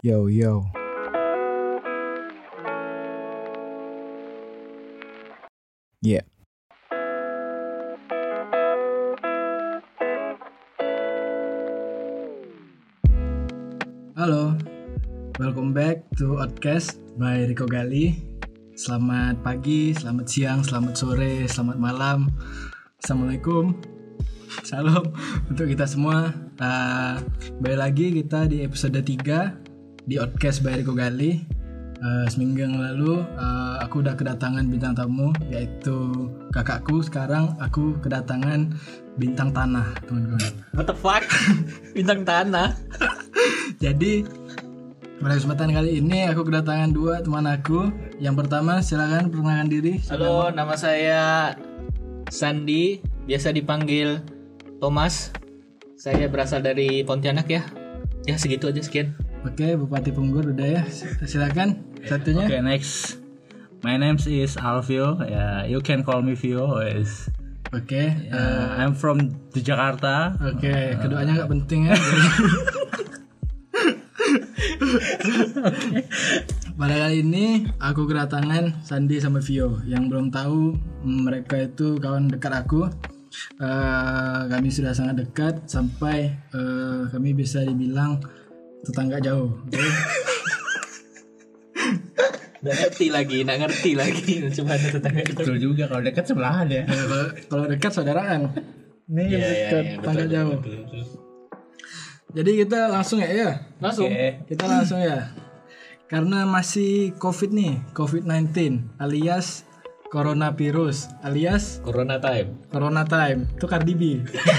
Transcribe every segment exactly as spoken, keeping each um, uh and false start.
Yo yo. Yeah. Halo, welcome back to Outcast by Rico Gali. Selamat pagi, selamat siang, selamat sore, selamat malam. Assalamualaikum. Salam untuk kita semua. Uh, Balik lagi kita di episode tiga di Outcast by Rico Gali. Uh, seminggu yang lalu uh, aku udah kedatangan bintang tamu, yaitu kakakku. Sekarang aku kedatangan bintang tanah, teman-teman. What the fuck? Bintang tanah. Jadi pada kesempatan kali ini aku kedatangan dua teman aku. Yang pertama, silakan perkenalkan diri. Halo, nama saya Sandi, biasa dipanggil Thomas. Saya berasal dari Pontianak ya. Ya segitu aja, sekian. Oke, Bupati Punggur udah ya. Silakan satunya. Oke, okay, next. My name is Alvio. Yeah, you can call me Vio. Yes. Oke, okay, yeah, uh, I'm from the Jakarta. Oke, okay, keduanya nggak uh, penting ya. Okay. Pada kali ini aku kedatangan Sandi sama Vio. Yang belum tahu, mereka itu kawan dekat aku. Uh, kami sudah sangat dekat sampai uh, kami bisa dibilang tetangga jauh. Okay? Nggak ngerti lagi, nggak ngerti lagi. Cuma ada tetangga jauh. Betul juga, kalau dekat sebelahan ya. Ya kalau, kalau dekat saudaraan. Ini ya, dekat ya, ya, tetangga betul, jauh. Betul, betul, betul. Jadi kita langsung ya ya. Langsung. Okay. Kita langsung ya. Karena masih Covid nih, covid sembilan belas alias coronavirus alias Corona time. Corona time. Itu Cardi B.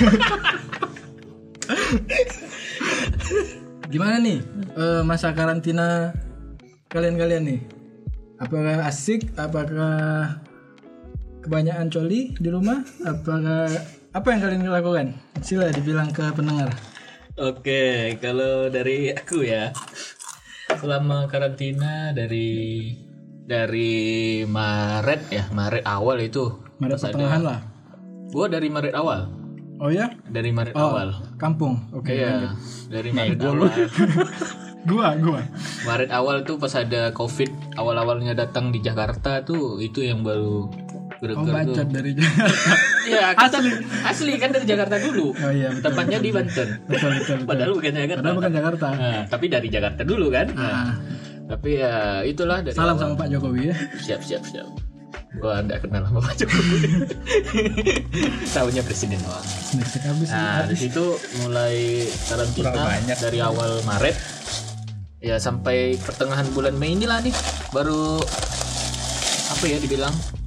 Gimana nih uh, masa karantina kalian-kalian nih? Apakah asik? Apakah kebanyakan coli di rumah? Apakah apa yang kalian lakukan? Sila dibilang ke pendengar. Oke, kalau dari aku ya, selama karantina dari dari Maret ya, Maret awal itu. Maret pertengahan lah. Gua dari Maret awal. Oh ya? Dari Maret oh, awal. Kampung. Oke. Okay, iya. Dari Maret awal. gua, gua. Maret awal tuh pas ada Covid awal-awalnya datang di Jakarta tuh, itu yang baru Oh, bacot dari Jakarta. Iya, asli. Asli kan dari Jakarta dulu. Oh iya, betul. Tempatnya betul, di Banten. Betul, betul, betul. Padahal bukan Jakarta. Padahal bukan Jakarta. Nah, tapi dari Jakarta dulu kan. Ah. Nah, tapi ya itulah dari Salam awal. sama Pak Jokowi ya. Siap, siap, siap. Gua enggak kenal sama Pak Jokowi. Tahunya presiden doang. Habis, nah, di situ mulai karantina dari awal Maret ya sampai pertengahan bulan Mei inilah nih baru apa ya dibilang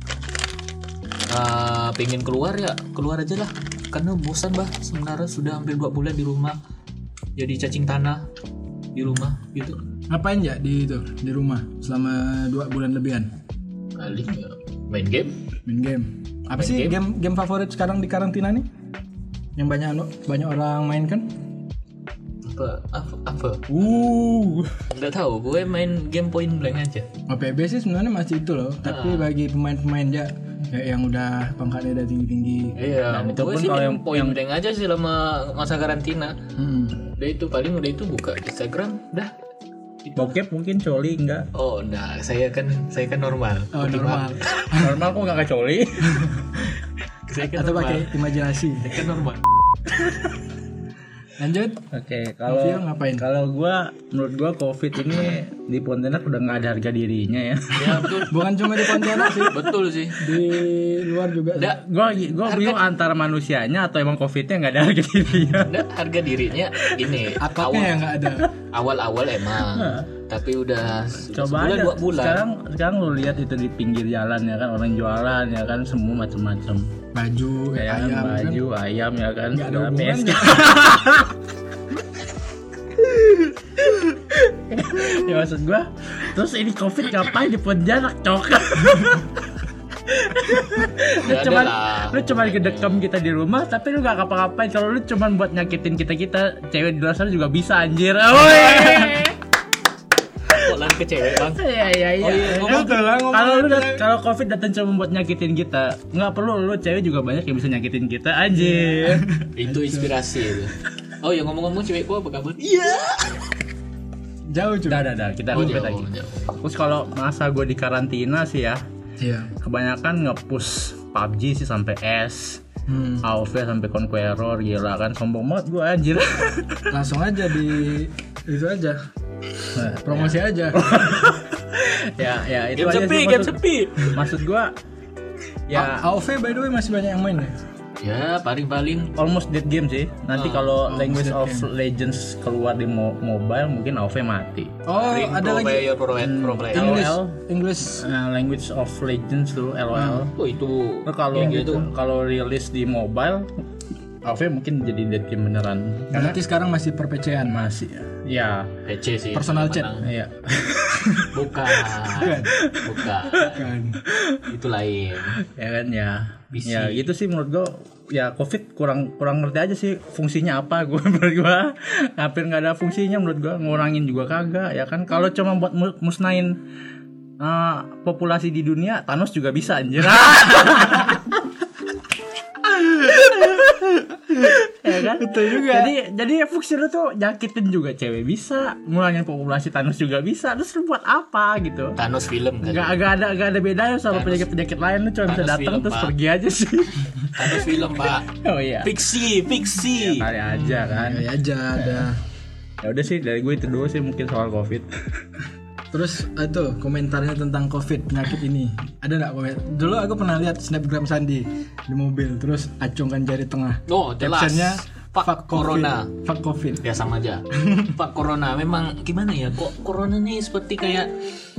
uh, pengen keluar ya keluar aja lah karena bosan bah sebenarnya sudah hampir dua bulan di rumah jadi cacing tanah di rumah gitu. Ngapain ya di itu di rumah selama dua bulan lebihan? Kali ya main game. Main game. Apa main sih game? game game favorit sekarang di karantina nih? Yang banyak banyak orang main kan? Apa apa apa? Uh, nggak tahu. Gue main game point blank aja. O P B sih sebenarnya masih itu loh. Ah. Tapi bagi pemain-pemain ya kayak yang udah pangkatnya udah tinggi-tinggi. Iya. Dan itu gue pun sih kalau main yang point blank aja sih selama masa karantina. Hmm. Udah itu paling udah itu buka Instagram, dah. Bokep mungkin coli enggak? Oh, nah, saya kan saya kan normal. Oh, normal. Normal kok enggak coli? Saya kan Atau normal. pakai imajinasi. Saya kan normal. Lanjut. Oke, okay, kalau ngapain? Kalau gua menurut gua Covid ini di Pontianak udah enggak ada harga dirinya ya. Ya, betul. Bukan cuma di Pontianak sih. Betul sih. Di luar juga. Nggak, Gua gua harga... bingung antara manusianya atau emang Covidnya enggak ada harga dirinya. Nggak, harga dirinya gini. Akapnya yang enggak ada. Awal-awal emang. Tapi udah coba sebulan aja. dua bulan. Sekarang sekarang lu lihat itu di pinggir jalan ya kan orang jualan ya kan semua macam-macam. Baju, Ya, ayam, kan, baju, kan? ayam ya kan. Nggak ada P S K. hubungannya. Ya maksud gua, terus ini Covid ngapain di Pontianak cok? Lu Ya cuman adalah. lu cuman ngedekam kita di rumah tapi lu gak ngapa-ngapain. Kalau lu cuman buat nyakitin kita-kita, cewek di luar sana juga bisa anjir. Woi. Kok lari ke cewek, Bang? Iya iya iya. Oh, iya, ngomong Kan lah, ngomong Kalau lu aja. dat- kalau Covid datang cuma buat nyakitin kita, nggak perlu lu cewek juga banyak yang bisa nyakitin kita anjir. Itu inspirasi itu. Oh ya ngomong-ngomong cewek gua apa kabar? Iya. Jauh cuy. Dah, dah, dah. Kita Oh, komplit jauh, lagi. jauh. Terus kalau masa gue di karantina sih ya, Iya. kebanyakan nge-push P U B G sih sampai S, Hmm. A O V sampai Conqueror, gila kan, sombong banget gue anjir. Langsung aja di itu aja. Promosi aja. ya, ya itu Game aja sepi, sih game maksud, sepi. maksud gue. Ya, A O V by the way masih banyak yang main ya. Ya, paling-paling almost dead game sih. Nanti Ah, kalau almost Language dead of game. Legends keluar di mo- mobile mungkin A O V mati. Oh, Ring ada pro lagi player, pro, pro player. English. L O L. English. Uh, Language of Legends tuh L O L. Oh, itu Nah, kalau yang gitu. kalau rilis di mobile A O V mungkin jadi dead game beneran. Karena Berarti sekarang masih perpecahan. masih ya. P C sih. Personal chat. menang. Iya. Bukan. Bukan. Kan. Itu lain. Ya kan ya. P C. Ya gitu sih menurut gua. Ya Covid kurang kurang ngerti aja sih fungsinya apa. Gua menurut gua hampir nggak ada fungsinya menurut gua, ngurangin juga kagak ya kan. Kalau cuma buat mu- musnahin uh, populasi di dunia, Thanos juga bisa anjir. Ya kan? Betul juga. Jadi jadi fungsi lu tuh nyakitin juga cewek bisa, ngurangin populasi Thanos juga bisa. Terus lu buat apa gitu? Thanos film kan. Gak, gak ada gak ada bedanya sama Thanos- penyakit-penyakit lain, lu cuma bisa Thanos datang film, terus Pak. pergi aja sih. Thanos film, Pak. Oh iya. Fiksi, fiksi. Kali aja kan. Ya aja ada. Ya udah sih dari gue itu dulu sih mungkin soal Covid. Terus itu komentarnya tentang COVID penyakit ini. Ada nggak komentar? Dulu aku pernah lihat snapgram Sandi di mobil, terus acungkan jari tengah. Oh, jelas. Captionnya Fuck corona. Fuck COVID. Ya sama aja. Pak Corona memang gimana ya? Kok Corona nih seperti kayak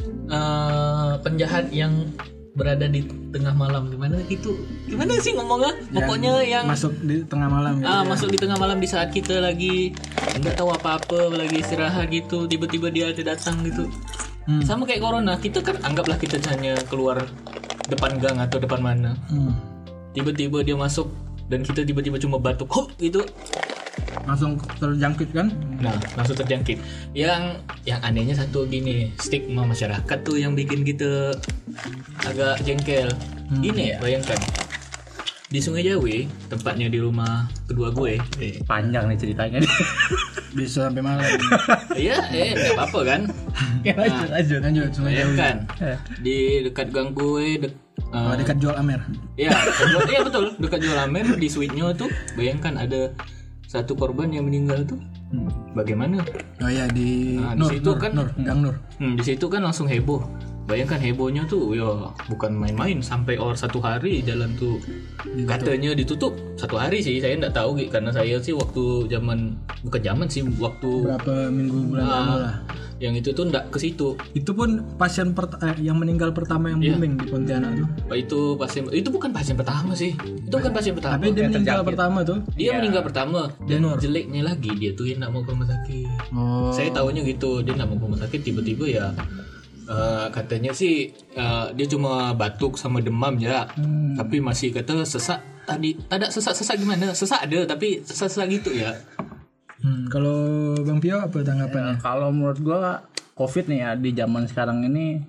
eh, penjahat yang berada di tengah malam, gimana gitu? Gimana sih ngomongnya? Pokoknya yang masuk di tengah malam gitu. ah, ya. masuk di tengah malam di saat kita lagi nggak tahu apa-apa, lagi istirahat gitu, tiba-tiba dia ada datang gitu. Hmm. Sama kayak Corona, kita kan anggaplah kita hanya keluar depan gang atau depan mana. Hmm. Tiba-tiba dia masuk dan kita tiba-tiba cuma batuk, hop gitu. Langsung terjangkit kan? Nah, langsung terjangkit. Yang yang anehnya satu gini, stigma masyarakat tuh yang bikin kita agak jengkel. Hmm, Ini ya, bayangkan di Sungai Jawi, tempatnya di rumah kedua gue. Eh, Panjang nih ceritanya nih. Bisa sampai malam. Iya, eh nggak apa-apa kan? Oke, lanjut lanjut. Lanjut Sungai Jawi. Bayangkan di dekat gang gue, dek, eh, Oh, dekat jual Amer. Iya, dekat- iya betul, dekat jual Amer di suite-nya tuh, bayangkan ada satu korban yang meninggal tuh. Bagaimana? Oh ya di Nah, di Nur, situ Nur, kan- Nur, Gang Nur. Hmm, di situ kan langsung heboh. Bayangkan hebohnya tuh, ya bukan main-main, sampai or satu hari jalan tuh katanya ditutup satu hari sih, saya nggak tahu Gi. Karena saya sih waktu zaman bukan zaman sih waktu Berapa minggu bulan ah, lalu lah. yang itu tuh nggak ke situ. Itu pun pasien pert- eh, yang meninggal pertama yang Iya. booming di Pontianak tuh. Oh, itu pasien itu bukan pasien pertama sih, itu bukan pasien pertama. Tapi dia yang meninggal terjangkit. pertama tuh. Dia Iya. meninggal pertama dan Nur. jeleknya lagi dia tuh yang nggak mau ke rumah sakit. Oh. Saya tahunya gitu, dia nggak mau ke rumah sakit, tiba-tiba ya eh, katanya sih eh, dia cuma batuk sama demam ya, Hmm. tapi masih kata sesak tadi. Ada sesak-sesak gimana? Sesak ada, tapi sesak-sesak gitu ya. Hmm, kalau Bang Pio apa tanggapannya? Nah, kalau menurut gua Covid nih ya di zaman sekarang ini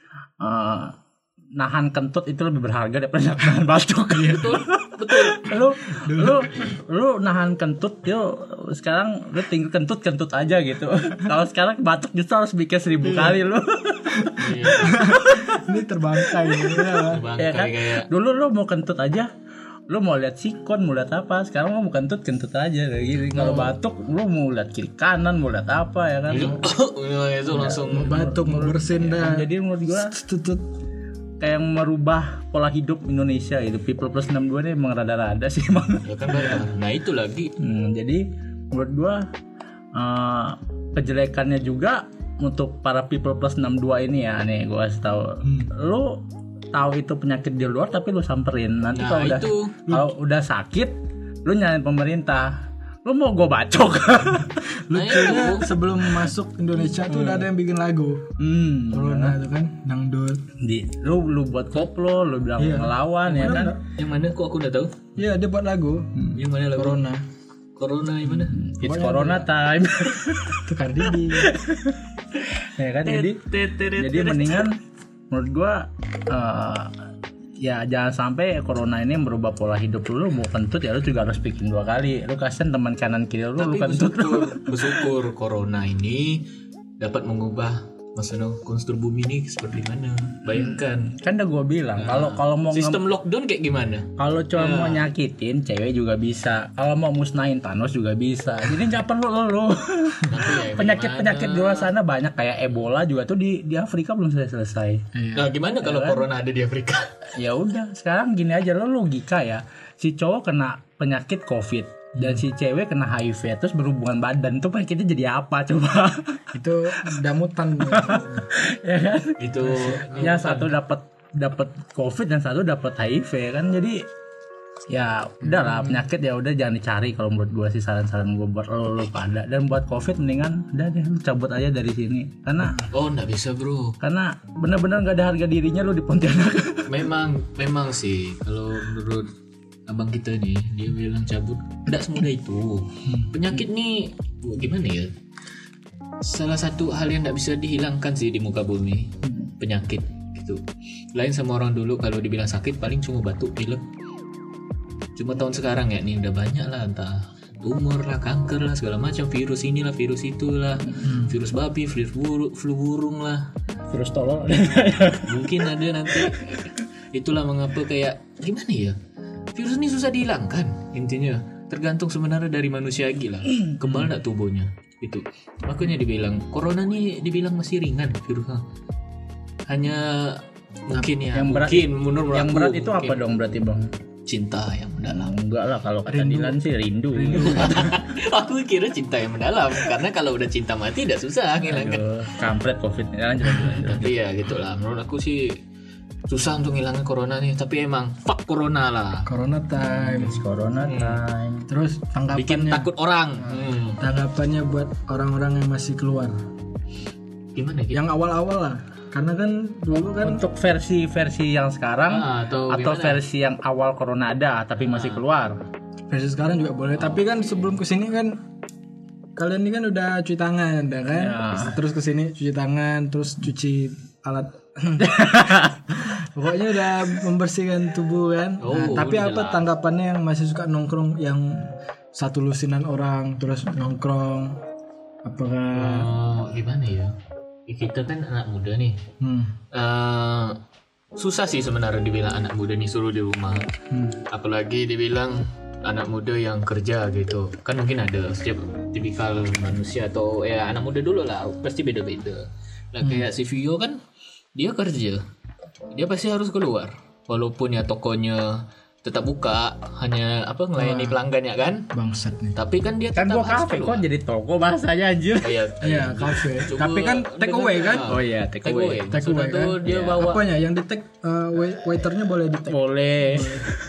eh, nahan kentut itu lebih berharga daripada nahan batuk. Betul, betul. lu lu lu nahan kentut yo sekarang lu tinggal kentut kentut aja gitu. Kalau sekarang batuk justru harus bikin seribu kali lu. Iya, Ini terbangkai ya. bangkai Ya kan? kayak Dulu lu mau kentut aja, lu mau lihat sikon, mau lihat apa. Sekarang lu mau kentut kentut aja kayak gini. Kalau batuk lu mau lihat kiri kanan, mau lihat apa ya kan. itu langsung Mau batuk, mau bersin dah. Jadi menurut gua Tutut. kayak merubah pola hidup Indonesia itu. People plus enam puluh dua ini emang rada-rada sih emang. ya kan benar. Nah itu lagi. Hmm, jadi menurut gua eh, kejelekannya juga untuk para people plus enam puluh dua ini ya nih gua kasih tahu. Lu tahu itu penyakit di luar tapi lu samperin. Nanti Nah, kalau udah itu. kalau udah sakit lu nyalain pemerintah. Lu mau gua bacok. Nah, Lucunya itu. sebelum masuk Indonesia tuh udah ada yang bikin lagu. hmm. Corona itu kan dangdut. Di lu lu buat koplo, lu bilang Iya. ngelawan ya kan. Yang mana kok aku udah tahu? Iya, dia buat lagu. Yang mana lagu? Corona. Corona yang mana? It's corona time. Itu Cardi B. Ya kan jadi jadi mendingan menurut gua eh, ya jangan sampai corona ini merubah pola hidup lu. Mau kentut ya lu juga harus bikin dua kali. Lu kasihan teman kanan kiri lu, lu Tapi kentut. bersyukur, bersyukur corona ini dapat mengubah maksudnya kontur bumi ini seperti mana. Bayangkan. Kan udah gue bilang kalau nah, kalau mau sistem nge- lockdown kayak gimana? Kalau cuma ya. mau nyakitin cewek juga bisa. Kalau mau musnahin Thanos juga bisa. Jadi nggak perlu lo. Ya, penyakit-penyakit di luar sana banyak kayak Ebola juga tuh di di Afrika belum selesai. Nah, gimana ya kalau kan? Corona ada di Afrika? Ya udah, sekarang gini aja lo logika ya. Si cowok kena penyakit Covid. Dan si cewek kena H I V terus berhubungan badan tuh penyakitnya jadi apa coba? Itu damutan. Ya kan? Itu yang satu dapat dapat Covid dan satu dapat H I V kan. Jadi ya udahlah penyakit ya udah jangan dicari kalau menurut gue sih saran-saran gue buat lo lo pada. Dan buat Covid mendingan udah deh cabut aja dari sini. Karena oh enggak bisa, Bro. Karena benar-benar enggak ada harga dirinya lo di Pontianak. Memang memang sih kalau menurut abang kita nih dia bilang cabut tidak semudah itu. Penyakit nih gimana ya, salah satu hal yang tidak bisa dihilangkan sih di muka bumi, penyakit gitu. Lain sama orang dulu kalau dibilang sakit paling cuma batuk pilek. Cuma tahun sekarang ya nih udah banyak lah, entah tumor lah, kanker lah, segala macam, virus inilah virus itulah, hmm. virus babi, virus burung, flu burung lah, virus tolol mungkin ada nanti. Itulah mengapa kayak gimana ya, virus ini susah dihilangkan intinya, tergantung sebenarnya dari manusia lagi lah, kebal enggak tubuhnya itu. Makanya dibilang corona nih dibilang masih ringan virusnya, hanya mungkin ya yang berat, mungkin menurut yang aku, berat itu apa dong berarti bang? Cinta yang mendalam. Enggak lah, kalau kata Dilan sih rindu, rindu. Aku kira cinta yang mendalam, karena kalau udah cinta mati udah susah ngilangin. Kampret Covid lanjut, lanjut. Tapi ya gitulah, menurut aku sih susah untuk ngilangin corona nih, tapi emang fuck corona lah. Corona time. It's corona time. Hmm. Terus tanggapannya bikin takut orang. Hmm. Tanggapannya buat orang-orang yang masih keluar. Gimana gitu? Yang awal-awal lah. Karena kan dulu kan untuk versi-versi yang sekarang ah, atau, atau versi yang awal corona ada tapi ah. masih keluar. Versi sekarang juga boleh, oh. Tapi kan sebelum kesini kan kalian ini kan udah cuci tangan, ya kan? Ya. Terus kesini cuci tangan, terus cuci alat. Pokoknya udah membersihkan tubuh kan. Oh, nah, tapi apa jelas. Tanggapannya yang masih suka nongkrong, yang satu lusinan orang terus nongkrong? Apakah oh, gimana ya? Kita kan anak muda nih. Hmm. Uh, susah sih sebenarnya dibilang anak muda nih suruh di rumah. Hmm. Apalagi dibilang anak muda yang kerja gitu. Kan mungkin ada setiap tipikal manusia atau ya anak muda dulu lah pasti beda-beda. Nah, kayak hmm. si Vio kan dia kerja. Dia pasti harus keluar. Walaupun ya tokonya tetap buka, hanya apa ngelayani pelanggannya kan, bangsat nih. Tapi kan dia kan tetap gua kafe kok jadi toko bahasanya anjir. Oh, iya, iya kafe. Tapi kan take away kan? Oh iya take away. Take away kan? Dia ya. bawa apanya yang di take uh, waiternya boleh di take. Boleh.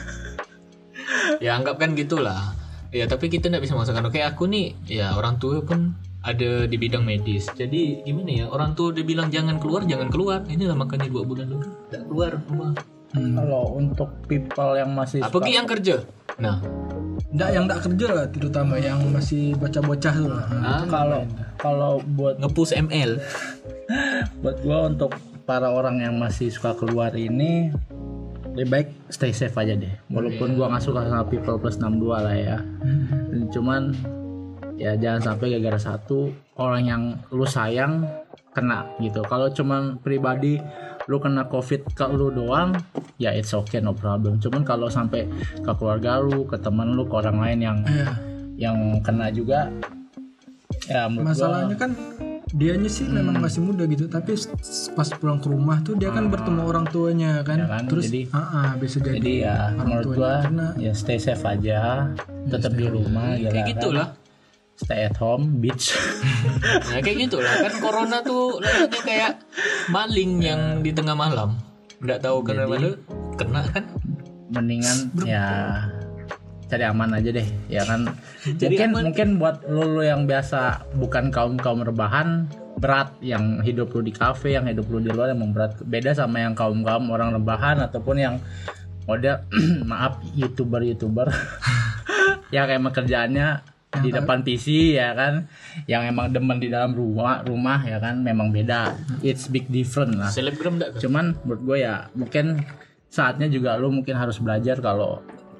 Ya anggap kan gitulah. Ya tapi kita nggak bisa memaksakan. Oke aku nih, ya orang tua pun ada di bidang medis. Jadi gimana ya, orang tua dia bilang jangan keluar, jangan keluar. Inilah makanya dua bulan dulu nggak keluar rumah. Hmm. Kalau untuk people yang masih apalagi yang kerja, nah, enggak yang enggak kerja lah, terutama yang masih bocah-bocah tuh lah. Nah, kalau kalau buat nge-push M L, buat gua untuk para orang yang masih suka keluar ini lebih baik stay safe aja deh. Walaupun gua nggak suka sama people plus enam puluh dua lah ya. Hmm. Cuman ya jangan sampai gara-gara satu orang yang lu sayang kena gitu. Kalau cuman pribadi lu kena covid ke lu doang ya it's okay no problem. Cuman kalau sampai ke keluarga lu, ke teman lu, ke orang lain yang yeah. yang kena juga ya masalahnya gua, kan dianya sih hmm. memang masih muda gitu, tapi pas pulang ke rumah tuh dia kan hmm. bertemu orang tuanya kan, ya kan? Terus jadi, uh-uh, bisa jadi, jadi ya menurut gua kena. Ya stay safe aja, tetap ya, di rumah ya, kayak gitulah kan? Stay at home, bitch. Nah kayak gitu lah kan, corona tuh rasanya kayak maling yang di tengah malam, nggak tahu karena mana kena kan. Mendingan Bro. ya cari aman aja deh, ya kan. Jadi mungkin aman. Mungkin buat lo yang biasa bukan kaum kaum rebahan berat, yang hidup lo di kafe, yang hidup lo di luar emang berat. Beda sama yang kaum kaum orang rebahan ataupun yang model maaf youtuber youtuber yang emang kerjaannya di depan P C ya kan, yang emang demen di dalam rumah rumah ya kan, memang beda, it's big different lah. Selebgram enggak? Cuman menurut gue ya mungkin saatnya juga lo mungkin harus belajar kalau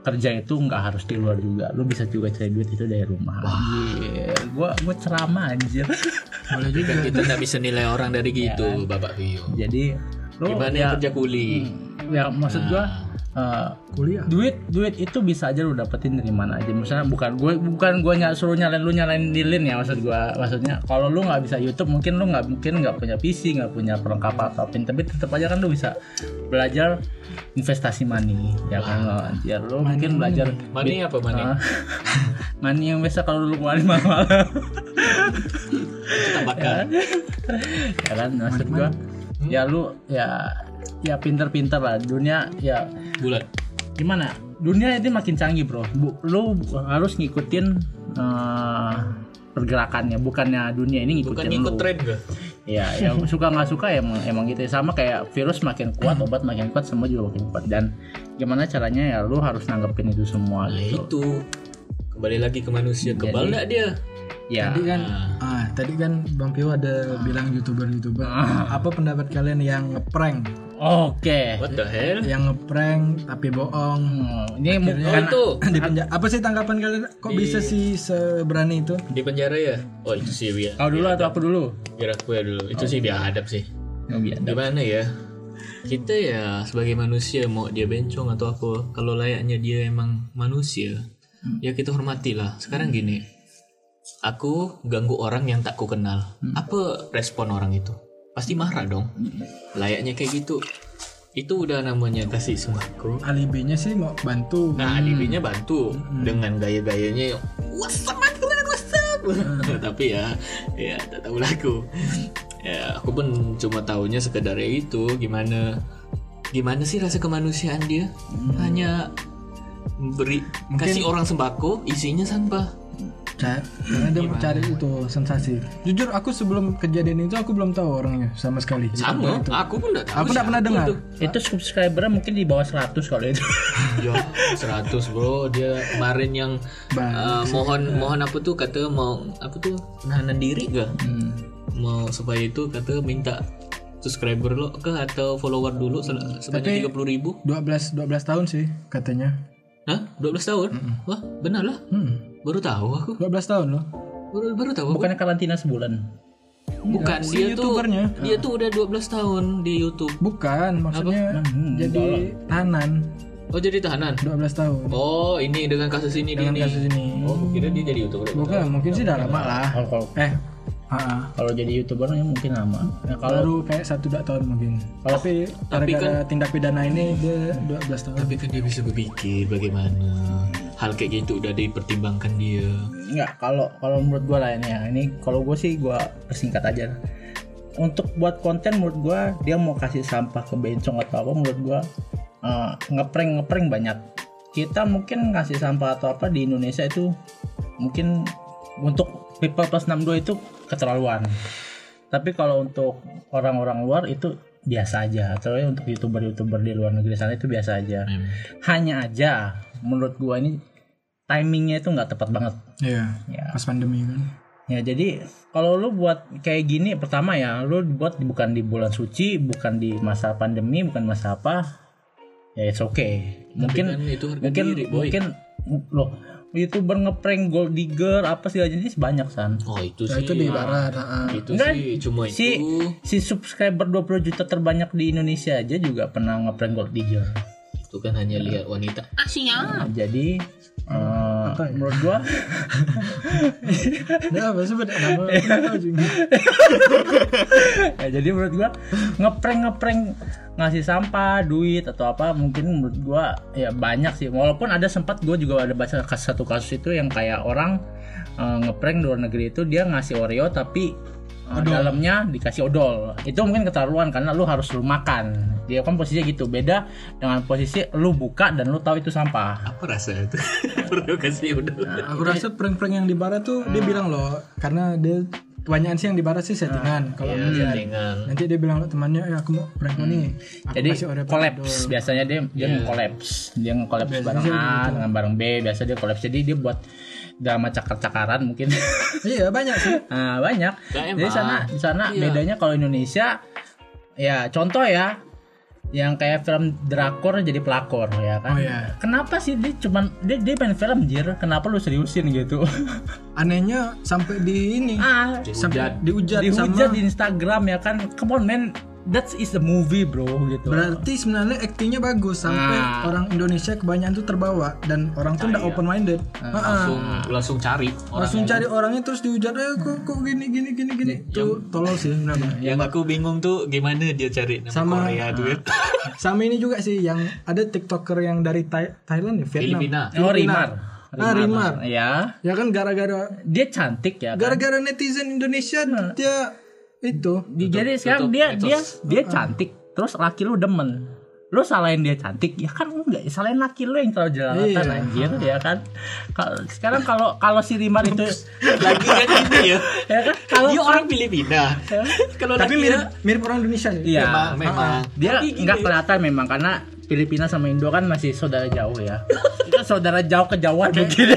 kerja itu nggak harus di luar juga, lu bisa juga cari duit itu dari rumah. Anjir, gua gua ceramah anjir. Boleh juga. Kita nggak bisa nilai orang dari gitu, ya, Bapak Vio. Jadi lu gimana ya, kerja kuli? Ya maksud gua uh, kuliah. Duit duit itu bisa aja lu dapetin dari mana aja. Misalnya bukan gue bukan gue ny- suruh nyalain lu nyalain lilin ya, maksud gua. Maksudnya kalau lu nggak bisa YouTube, mungkin lu nggak mungkin nggak punya P C, nggak punya perlengkapan apapun, tapi tetap aja kan lu bisa belajar investasi money, ya kan. Ya lu money, mungkin belajar money apa money? Uh, money yang biasa kalau lu keluarin malam-malam. Tambahkan. Ya kan, maksud gua. Hmm? Ya lu ya ya pinter-pinter lah dunia ya. Bulan. Gimana? Dunia ini makin canggih, bro. Bu, lu harus ngikutin uh, pergerakannya, bukannya dunia ini ngikutin Bukan ngikut lu. tren gak? Ya, ya suka nggak suka ya emang, emang gitu. Sama kayak virus makin kuat, obat makin kuat, semua juga makin kuat. Dan gimana caranya ya lu harus nanggepin itu semua. Nah, gitu. Itu kembali lagi ke manusia, kebal nggak dia? Ya. Tadi kan, nah. ah, tadi kan Bang Pio ada ah. bilang youtuber-youtuber. Ah. Apa pendapat kalian yang ngeprank? Oke. Okay. What the hell? Yang ngeprank tapi bohong. Hmm, ini oh, itu di penjara. Apa sih tanggapan kalian? Kok di, bisa sih seberani itu? Di penjara ya? Oh itu sih biar. Kau dulu atau aku dulu? Biar aku ya dulu. Itu oh. sih biadab sih. Oh, biadab. Gimana ya? Kita ya sebagai manusia, mau dia bencong atau apa, kalau layaknya dia emang manusia, hmm. ya kita hormatilah. Sekarang hmm. gini, aku ganggu orang yang tak ku kenal. Hmm. Apa respon orang itu? Pasti marah dong. Layaknya kayak gitu. Itu udah namanya kasih sembako. Alibinya sih mau bantu. Nah, alibinya bantu hmm. dengan gaya-gayanya yang what's up, what's up. Hmm. Tapi ya, ya tak tahu laku. Ya, aku pun cuma taunya sekedar itu. Gimana, gimana sih rasa kemanusiaan dia? Hmm. Hanya beri Mungkin... kasih orang sembako, isinya sampah. Karena dia mencari itu sensasi. Jujur aku sebelum kejadian itu aku belum tahu orangnya sama sekali. Sama, aku pun enggak tahu. Aku enggak pernah dengar. Itu, itu subscribernya mungkin di bawah seratus kalau itu. Ya, seratus bro. Dia kemarin yang uh, mohon mohon apa tuh kata mau apa tuh nahan diri gak? Hmm. Mau supaya itu kata minta subscriber lo ke atau follower dulu sebanyak tiga puluh ribu. dua belas tahun sih katanya. Hah? dua belas tahun? Mm-mm. Wah, benar lah. Mm. Baru tahu aku. dua belas tahun loh. Baru baru tahu. Bukannya karantina sebulan? Bukan, ya, dia tuh dia tuh udah dua belas tahun di YouTube. Bukan, maksudnya hmm, jadi dalam. tahanan. Oh, jadi tahanan. dua belas tahun. Oh, ini dengan kasus ini dengan ini. kasus ini. Oh, kira dia jadi YouTuber. Bukan, mungkin sih udah lama lah. Kalau eh Uh-uh. Kalau jadi YouTubernya mungkin lama. Nah, kalau baru kayak satu dua tahun mungkin. Kalau tapi tapi gara-gara kan, tindak pidana ini dia dua belas tahun. Tapi kan dia bisa berpikir bagaimana hal kayak gitu udah dipertimbangkan dia. Enggak, kalau kalau menurut gua lah ini ya. Ini kalau gua sih gua persingkat aja. Untuk buat konten menurut gua dia mau kasih sampah ke bencong atau apa, menurut gua uh, ngeprank ngeprank banyak. Kita mungkin ngasih sampah atau apa di Indonesia itu mungkin untuk people plus enam puluh dua itu keterlaluan. Tapi kalau untuk orang-orang luar itu biasa aja. Atau untuk youtuber-youtuber di luar negeri sana itu biasa aja. Hmm. Hanya aja menurut gua ini timingnya itu nggak tepat banget. Iya. Ya. Pas pandemi kan. Ya jadi kalau lu buat kayak gini, pertama ya lu buat bukan di bulan suci, bukan di masa pandemi, bukan masa apa. Ya it's okay. Mungkin kan itu mungkin diri, mungkin loh. YouTuber ngeprank gold digger apa sih jenis banyak san. Oh itu nah, sih. Itu di barat. Uh, itu Enggak, sih cuma si, itu. Si subscriber dua puluh juta terbanyak di Indonesia aja juga pernah ngeprank gold digger. Itu kan hanya lihat wanita. Asyik. Nah, jadi uh, apa, ya? menurut gua nah, apa sebut nama tahu juga. Ya, jadi menurut gua ngeprank ngeprank ngasih sampah, duit atau apa mungkin menurut gua ya banyak sih. Walaupun ada sempat gua juga ada baca satu kasus itu yang kayak orang uh, ngeprank di luar negeri itu dia ngasih Oreo tapi uh, dalamnya dikasih odol. Itu mungkin keterlaluan karena lu harus lu makan. Dia kan posisinya gitu. Beda dengan posisi lu buka dan lu tahu itu sampah. Apa rasanya itu? Oreo kasih odol. Nah, aku rasa prank-prank yang di barat tuh hmm. dia bilang loh karena dia kebanyakan sih yang di barat sih settingan. Nah, kalau iya, settingan. Nanti dia bilang temannya, ya aku mau prank hmm. nih. Aku jadi kolaps biasanya dia dia yeah. kolaps, dia ngekolaps bareng A dengan bareng B, biasa dia kolaps. Jadi dia buat drama cakar-cakaran mungkin. Iya banyak sih. Nah, banyak. Ya, jadi sana di sana iya. bedanya kalau Indonesia ya contoh ya yang kayak film drakor jadi pelakor ya kan. Oh iya. Kenapa sih dia cuman dia dia main film jir, kenapa lu seriusin gitu? Anehnya sampai di ini ah, sampai dihujat dihujat sama di Instagram ya kan. Come on man, that is the movie bro gitu. berarti sebenarnya aktingnya bagus sampai Ah. orang Indonesia kebanyakan tuh terbawa dan orang tuh nggak open minded. langsung langsung cari Langsung cari orangnya terus dihujat, eh kok kok gini gini gini gini. Tuh tolol sih sebenarnya. yang aku bingung tuh gimana dia cari nama Sama- Korea tuh ya. Sama ini juga sih yang ada TikToker yang dari Thai- Thailand ya, Vietnam. Filipina. Oh Rimar. Ah, Rimar. Ya. Ya kan gara-gara Dia cantik ya kan. gara-gara netizen Indonesia dia itu Di- jadi sekarang tutup dia etos. dia dia cantik, terus laki lu demen. Lu salahin dia cantik, ya kan enggak, salahin laki lu yang terlalu jelalatan Iya. anjir ya kan. Kalau sekarang kalau kalau si Rimar itu Lagi kan gini ya. ya kan kalau Dia orang Filipina. Kalau tapi laki mirip ya, mirip orang Indonesia sih. iya, memang memang. dia Tapi gini, nggak kelihatan memang karena Filipina sama Indo kan masih saudara jauh ya. Kita saudara jauh kejauhan mungkin.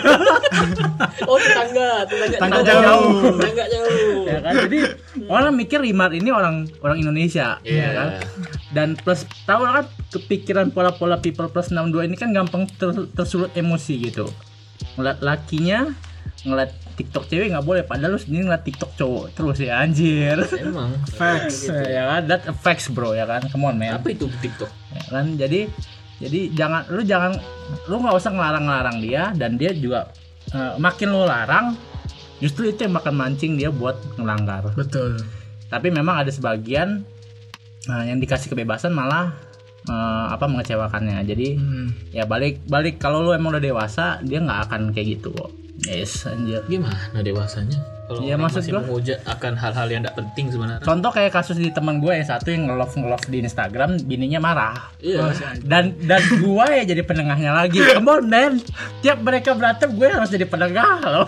Oh tetangga, tetangga, Tetangga jauh. tetangga jauh. Ya kan, jadi orang mikir Rimar ini orang orang Indonesia, Iya. ya kan. Dan plus tahu kan kepikiran pola-pola people plus enam puluh dua ini kan gampang ter- tersulut emosi gitu. Ngeliat lakinya, ngeliat TikTok cewek nggak boleh, padahal lu sendiri ngeliat TikTok cowok terus ya anjir. Emang. Facts. Ya kan, that affects bro ya kan, come on man. Apa itu TikTok? Ya kan, jadi jadi jangan lu jangan lu nggak usah ngelarang-larang dia, dan dia juga eh, makin lu larang justru itu yang makan mancing dia buat ngelanggar. Betul. Tapi memang ada sebagian uh, yang dikasih kebebasan malah uh, apa mengecewakannya. Jadi Hmm. ya balik balik kalau lu emang udah dewasa dia nggak akan kayak gitu kok. Yes anjir. Gimana dewasanya? Kalau Iya, orang maksud masih gua- menghujat akan hal-hal yang tidak penting sebenarnya. Contoh kayak kasus di teman gue yang satu yang nge-love nge-love di Instagram, bininya marah. Iya. Dan dan gue ya jadi penengahnya lagi. Come on man. Tiap mereka berantem gue harus jadi penengah loh.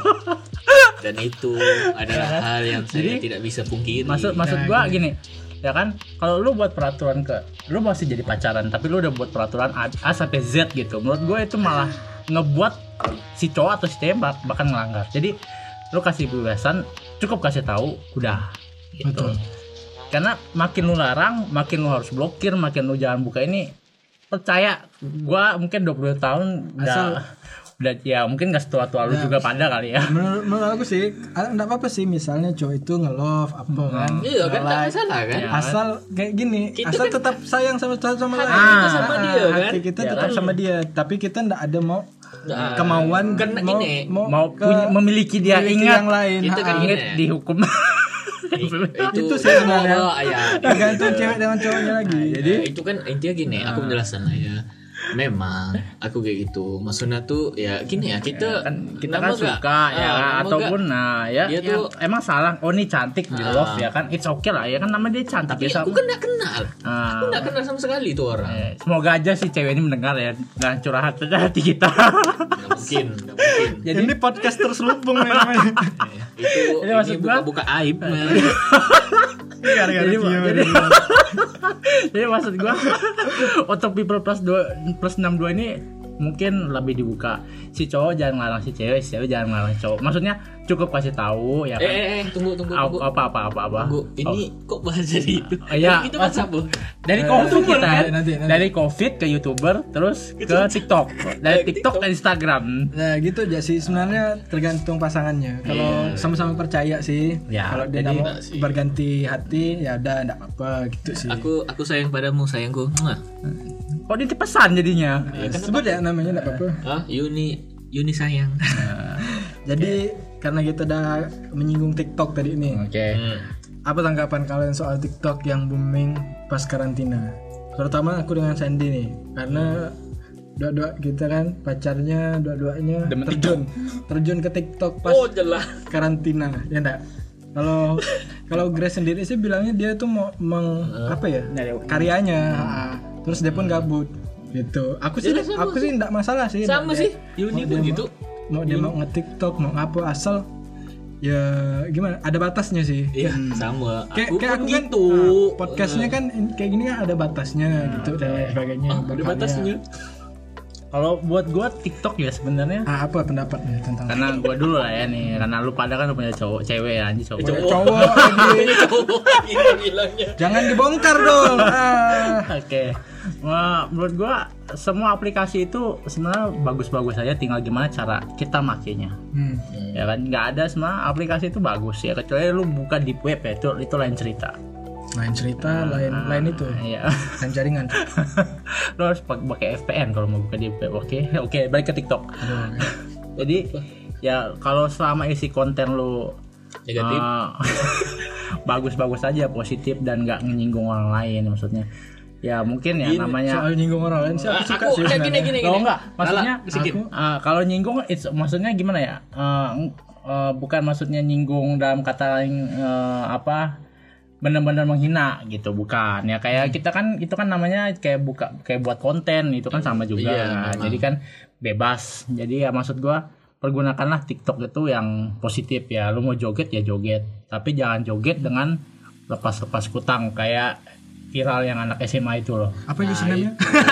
Dan itu adalah hal yang saya Jadi, tidak bisa pungkiri. Maksud maksud Nah, gua gini. gini, ya kan, kalau lu buat peraturan ke, lu masih jadi pacaran, tapi lu udah buat peraturan A, A sampai Z gitu. Menurut gua itu malah ngebuat si cowok atau si cewek bak- bakal ngelanggar. Jadi lu kasih kebebasan, cukup kasih tahu, udah. Gitu. Betul. Karena makin lu larang, makin lu harus blokir, makin lu jangan buka ini. Percaya, gua mungkin dua puluh tahun udah Asal- udah ya mungkin gak setua-tua lu juga pada kali ya. Menurut, menurut aku sih ah, nggak apa-apa sih misalnya cowok itu nge-love apa kan. Iya kan, tak nge-like. masalah kan? Ya. Asal kayak gini, Kita asal kan- tetap sayang sama satu sama lain. Hati kita sama Ah, dia, kan? hati kita Ya tetap kan? sama dia, tapi kita nggak ada mau Nah, kemauan kan mau, ini, mau, Mau ke- punya, memiliki dia, memiliki ingat yang lain. Kita kan Ha-ha. gini. ingat dihukum. itu, Itu sih sebenarnya. oh, ya. Tergantung cewek dengan cowoknya lagi. Jadi itu kan intinya gini, aku menjelaskan lah ya. Memang aku kayak gitu. Maksudnya tuh ya gini ya, kita Kan kita nama kan gak- suka ya ah, nama ataupun gak- nah ya, dia ya, tuh- emang salah, oh ini cantik di Ah. love ya kan, it's okay lah ya kan, nama dia cantik tapi ya aku sama. kan gak kenal. Ah. Aku gak kenal sama sekali tuh orang. Eh, semoga aja si cewek ini mendengar ya, dan curhat aja hati kita. Gak mungkin, gak mungkin. Jadi ini podcast terselubung ya namanya. Itu Jadi maksud ini gua- buka-buka aib. Gara-gara jadi, Cio, jadi, gara-gara. jadi maksud gua untuk people plus dua plus enam dua ini mungkin lebih dibuka. Si cowok jangan ngelarang si cewek, si cewek jangan ngelarang cowok. Maksudnya cukup kasih tahu ya Eh, kan. eh, eh, tunggu, tunggu, Apa tunggu. apa apa apa apa. Tunggu, ini kok bahas jadi itu? Oh, iya. Kita bahas apa? Dari Eh, COVID kita nanti, nanti, nanti. dari COVID ke YouTuber terus ke TikTok, dari TikTok ke Instagram. Nah gitu aja sih sebenarnya, tergantung pasangannya. Kalau sama-sama percaya sih, Ya, kalau dia jadi- nggak mau berganti hati ya udah nggak apa-apa gitu sih. Aku aku sayang padamu, sayangku. Mwah. Kok ditipesan jadinya? Sebut ya namanya nggak apa-apa. Ah, Yuni, Yuni sayang. Jadi karena kita udah menyinggung TikTok tadi ini, Oke. Hmm. apa tanggapan kalian soal TikTok yang booming pas karantina? Terutama aku dengan Sandy nih, karena dua-dua kita kan pacarnya dua-duanya Demen terjun terjun ke TikTok pas Oh, jelas. karantina, ya enggak? Kalau kalau Grace sendiri sih bilangnya dia tuh mau meng, apa ya? karyanya, ha-ha. Terus dia pun gabut gitu. Aku sih Ya, sama aku sih enggak masalah sih. Sama Mau sih. dia- Yuni mau pun dia gitu. Mau, mau dia mau nge-TikTok, mau ngapa asal ya gimana? Ada batasnya sih. Iya, sama. Kayak, Aku kayak pun aku kan gitu. ah, podcastnya kan in- kayak gini kan ada batasnya gitu dan lain sebagainya. Oh, ada Bakalnya. batasnya. Kalau buat gue TikTok ya sebenarnya. Ah, apa pendapatnya tentang? Karena gue dulu lah ya nih, karena lu pada kan punya cowok, cewek ya, anjing cowok. Cowok. Cowok lagi. Cowok ini bilangnya. Jangan dibongkar dong. Ah. Oke. Wah, menurut gue semua aplikasi itu sebenarnya bagus-bagus aja, tinggal gimana cara kita makainya. Hmm. Ya kan, nggak ada semua aplikasi itu bagus ya, kecuali lu buka di web ya, itu itu lain cerita. Lain cerita, lain lain itu. Iya. Lain jaringan. Lu harus pakai V P N kalau mau buka di web. Oke, oke, balik ke TikTok. Aduh. Jadi ya kalau selama isi konten lu Negatif. uh, bagus-bagus aja, positif dan nggak menyinggung orang lain, maksudnya. Ya mungkin ya Gini, namanya soal nyinggung orang lain sih aku suka Aku sih udah sebenarnya. gini gini kalau gini. enggak maksudnya sedikit. aku uh, kalau nyinggung it's, maksudnya gimana ya, uh, uh, bukan maksudnya nyinggung dalam kata lain uh, apa benar-benar menghina gitu, bukan ya, kayak kita kan itu kan namanya kayak buka kayak buat konten itu kan sama juga. Iya, Nah, memang. jadi kan bebas, jadi ya maksud gua pergunakanlah TikTok itu yang positif ya, lu mau joget ya joget, tapi jangan joget dengan lepas-lepas kutang kayak viral yang anak S M A itu loh. apa yang namanya?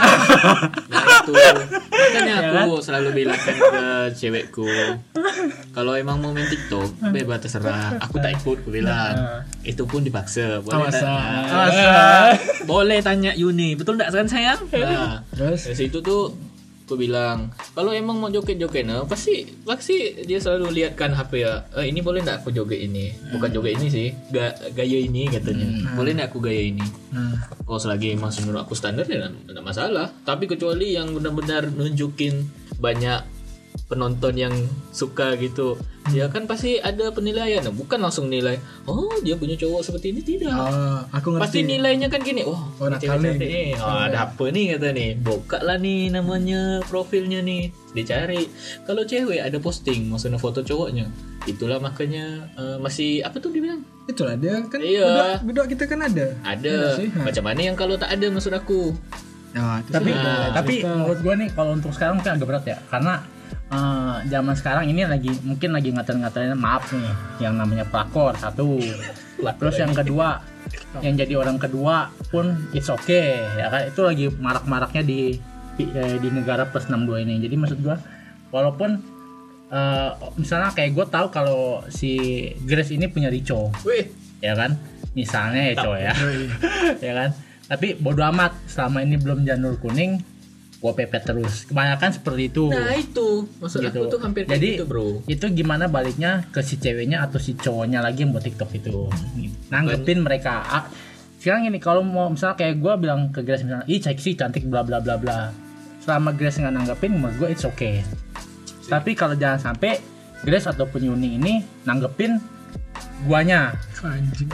Nah itu makanya aku selalu bilang kan ke cewekku, kalau emang mau main TikTok bebas terserah, aku tak ikut, aku bilang. Itu pun dipaksa. Boleh Awasa. tak- Awasa. Boleh tanya Yuni, betul enggak kan sayang? Nah, Terus dari situ tuh aku bilang, kalau emang mau joget-joget nah, pasti pasti dia selalu lihatkan H P ya. Eh, ini boleh enggak aku joget ini? Bukan joget ini sih, ga, gaya ini katanya. Boleh enggak aku gaya ini? nah, Oh selagi masih menurut aku standar ya tidak masalah. Tapi kecuali yang benar-benar nunjukin banyak penonton yang suka gitu, ya kan pasti ada penilaian. Bukan langsung nilai, oh dia punya cowok seperti ini, tidak. oh, aku ngerti. Pasti nilainya kan gini, oh, Oh, ini cewek nakal nih. cantik nih, oh, ada apa nih kata nih, buka lah nih namanya profilnya nih, dicari. Kalau cewek ada posting, maksudnya foto cowoknya, itulah makanya eh, masih apa tuh dibilang? Itulah dia kan Iya. berdua, berdua kita kan ada. Ada. Iya sih? Nah. Macam mana yang kalau tak ada maksud aku? Nah, itu Tapi sih Nah, ada tapi cerita. menurut gua nih kalau untuk sekarang mungkin agak berat ya, karena eh, zaman sekarang ini lagi mungkin lagi ngatain-ngatain, maaf nih, yang namanya pelakor satu, terus yang kedua yang jadi orang kedua pun it's okay ya kan, itu lagi marak-maraknya di di, eh, di negara plus enam puluh dua ini. Jadi maksud gua walaupun eh, misalnya kayak gua tahu kalau si Grace ini punya Rico Wih, ya kan, misalnya ya cowok ya Yoi. ya kan, tapi bodo amat selama ini belum janur kuning gua pepet terus, kebanyakan seperti itu. nah itu maksud Gitu. aku tuh hampir kayak Jadi gitu bro. itu gimana baliknya ke si ceweknya atau si cowoknya lagi yang buat TikTok itu, nanggepin mereka. Ah, sekarang gini, kalau mau misalnya kayak gue bilang ke Grace misalnya, ih seksi cantik bla bla bla bla, selama Grace nggak nanggepin menurut gue it's okay. Tapi kalau jangan sampai Grace ataupun Yuni ini nanggepin guanya. Anjing.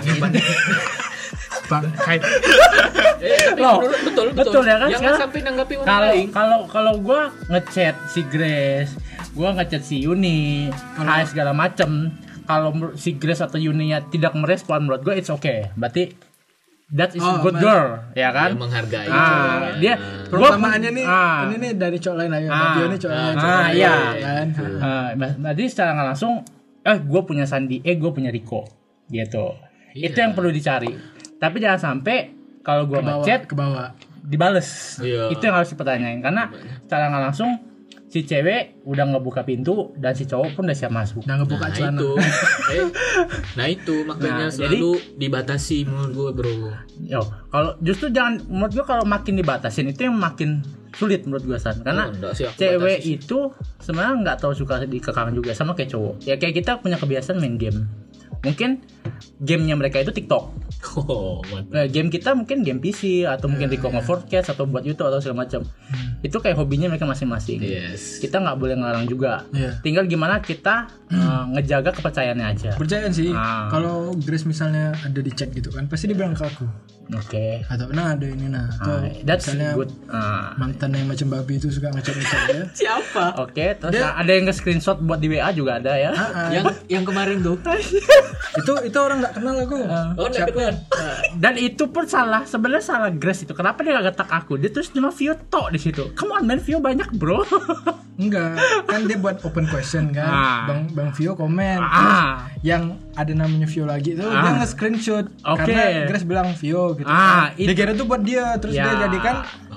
Bangkai. Eh, tapi Loh, menurut- betul, betul betul ya kan, Jangan sekarang sampai nanggapi orang Kalau lain. kalau kalau gue ngechat si Grace, gue ngechat si Yuni, hai segala macem. Kalau menurut si Grace atau Yuninya tidak merespon, menurut gue it's okay. Berarti that is Oh, good man. girl, ya Dia kan? menghargai Ah, cowoknya. dia Perumpamaannya nih, ah. ini nih dari cowok lain aja. Ah. Dia ini cowok lain. Ah, cowok lain, iya. kan. Ah, berarti secara nggak langsung, eh gue punya Sandi, eh gue punya Rico, gitu. Iya. Itu yang perlu dicari. Tapi jangan sampai kalau gue Ke bawah, ngechat ke bawah. dibales. Iya. Itu yang harus dipertanyain, karena secara nggak langsung si cewek udah ngebuka pintu dan si cowok pun udah siap masuk. Udah ngebuka Nah celana. itu, eh, nah itu makanya Nah, selalu dibatasi menurut gue bro. Yo, kalau justru jangan, menurut gua kalau makin dibatasin itu yang makin sulit menurut gua San. Karena Oh, enggak sih, aku cewek batasi sih. itu sebenarnya nggak tahu suka dikekang juga, sama kayak cowok. Ya kayak kita punya kebiasaan main game. Mungkin gamenya mereka itu TikTok. Oh, mantap. Nah, game kita mungkin game P C atau mungkin Rico nge-forecast atau buat YouTube atau segala macam. Itu kayak hobinya mereka masing-masing. Yes. Kita nggak boleh ngelarang juga. Iya. Tinggal gimana kita uh, ngejaga kepercayaannya aja. Percayaan sih, Ah. kalau Grace misalnya ada di chat gitu kan, pasti dia bilang ke aku. Oke. Atau nah ada ini nah. Atau Ah, that's misalnya good. Ah. mantan yang macam babi itu suka ngechat-ngechat ya. Siapa? Oke, terus Dia- ada yang nge-screenshot buat di W A juga ada ya. Ah, ah. Yang yang kemarin tuh. itu itu orang nggak kenal aku. Oh, enggak kenal. Dan itu pun salah, sebenarnya salah Grace itu. Kenapa dia gak getak aku? Dia terus cuma view tok di situ. Come on man, view banyak bro. Enggak, kan dia buat open question kan. Ah. Bang Bang Vio komen. Terus ah, yang ada namanya Vio lagi tuh Ah. dia nge-screenshot Oke. karena Grace bilang Vio gitu Ah, kan. itu- Dia kira tuh buat dia, terus Ya. dia jadikan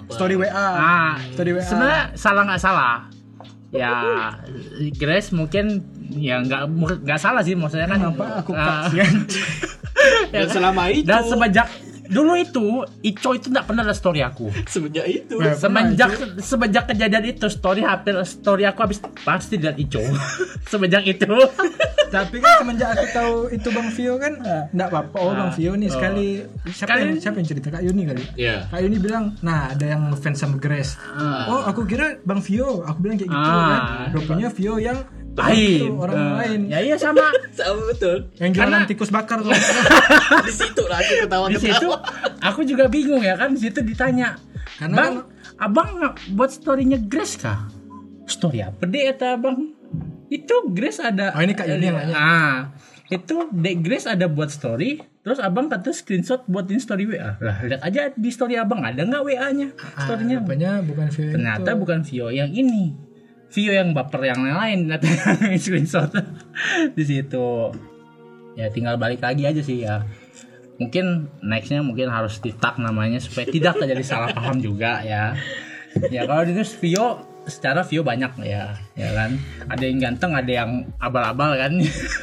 Story W A. Ah, Story W A. sebenarnya salah nggak salah. Ya, Grace mungkin ya nggak nggak salah sih, maksudnya kan. Kenapa aku ah, kasihan? Dan selama itu Dan semenjak dulu itu Ico itu nggak pernah ada story aku. semenjak itu Nah, Semenjak semenjak kejadian itu story hampir story aku habis pasti lihat Ico. Semenjak itu. Tapi kan semenjak aku tahu itu Bang Vio kan enggak apa-apa. Oh, Bang Vio nih sekali siapa Sekali- yang, siapa yang cerita Kak Yuni kali? Iya. Kak Yuni bilang, "Nah, ada yang ngefans sama Grace." Oh, aku kira Bang Vio. Aku bilang kayak gitu Ah. kan. Rupanya Vio yang Lain. itu, orang Eh, lain. Ya iya sama. sama betul. Yang jualan Karena- tikus bakar tuh. Di situ lah aku ketawa Di situ aku juga bingung ya kan, di situ ditanya. Karena Bang, abang nggak buat storynya Grace kah? Story apa deh kata abang? Itu Grace ada. Oh, ini Kak Yuni yang nanya. Ah, itu Dek Grace ada buat story. Terus abang kata screenshot buatin story W A. Lah lihat aja di story abang ada nggak W A-nya? Storynya. Rupanya bukan Vio. yang Ternyata itu. bukan Vio yang ini. Vio yang baper yang lain ternyata yang screenshot di situ. Ya tinggal balik lagi aja sih ya. Mungkin nextnya mungkin harus di tag namanya supaya tidak terjadi salah paham juga ya. Ya kalau di Vio secara Vio banyak ya, ya kan. Ada yang ganteng, ada yang abal-abal kan.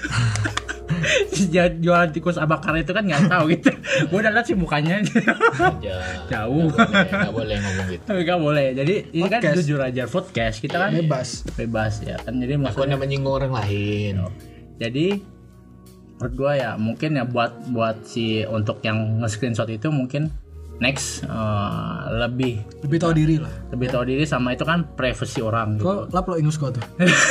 Jualan tikus abakar itu kan nggak tahu gitu. Gue udah lihat sih mukanya. Ya, Jauh. nggak boleh, nggak boleh ngomong gitu. Gak boleh. Jadi ini kan Podcast. jujur aja podcast kita kan bebas. bebas ya kan. Jadi Aku maksudnya udah menyinggung orang lain. jadi menurut gue ya mungkin ya buat buat si untuk yang nge-screenshot itu mungkin next eh, lebih Lebih tahu diri lah. lebih tahu diri sama itu kan privasi orang gitu. Kok lap lo ingus kau tuh?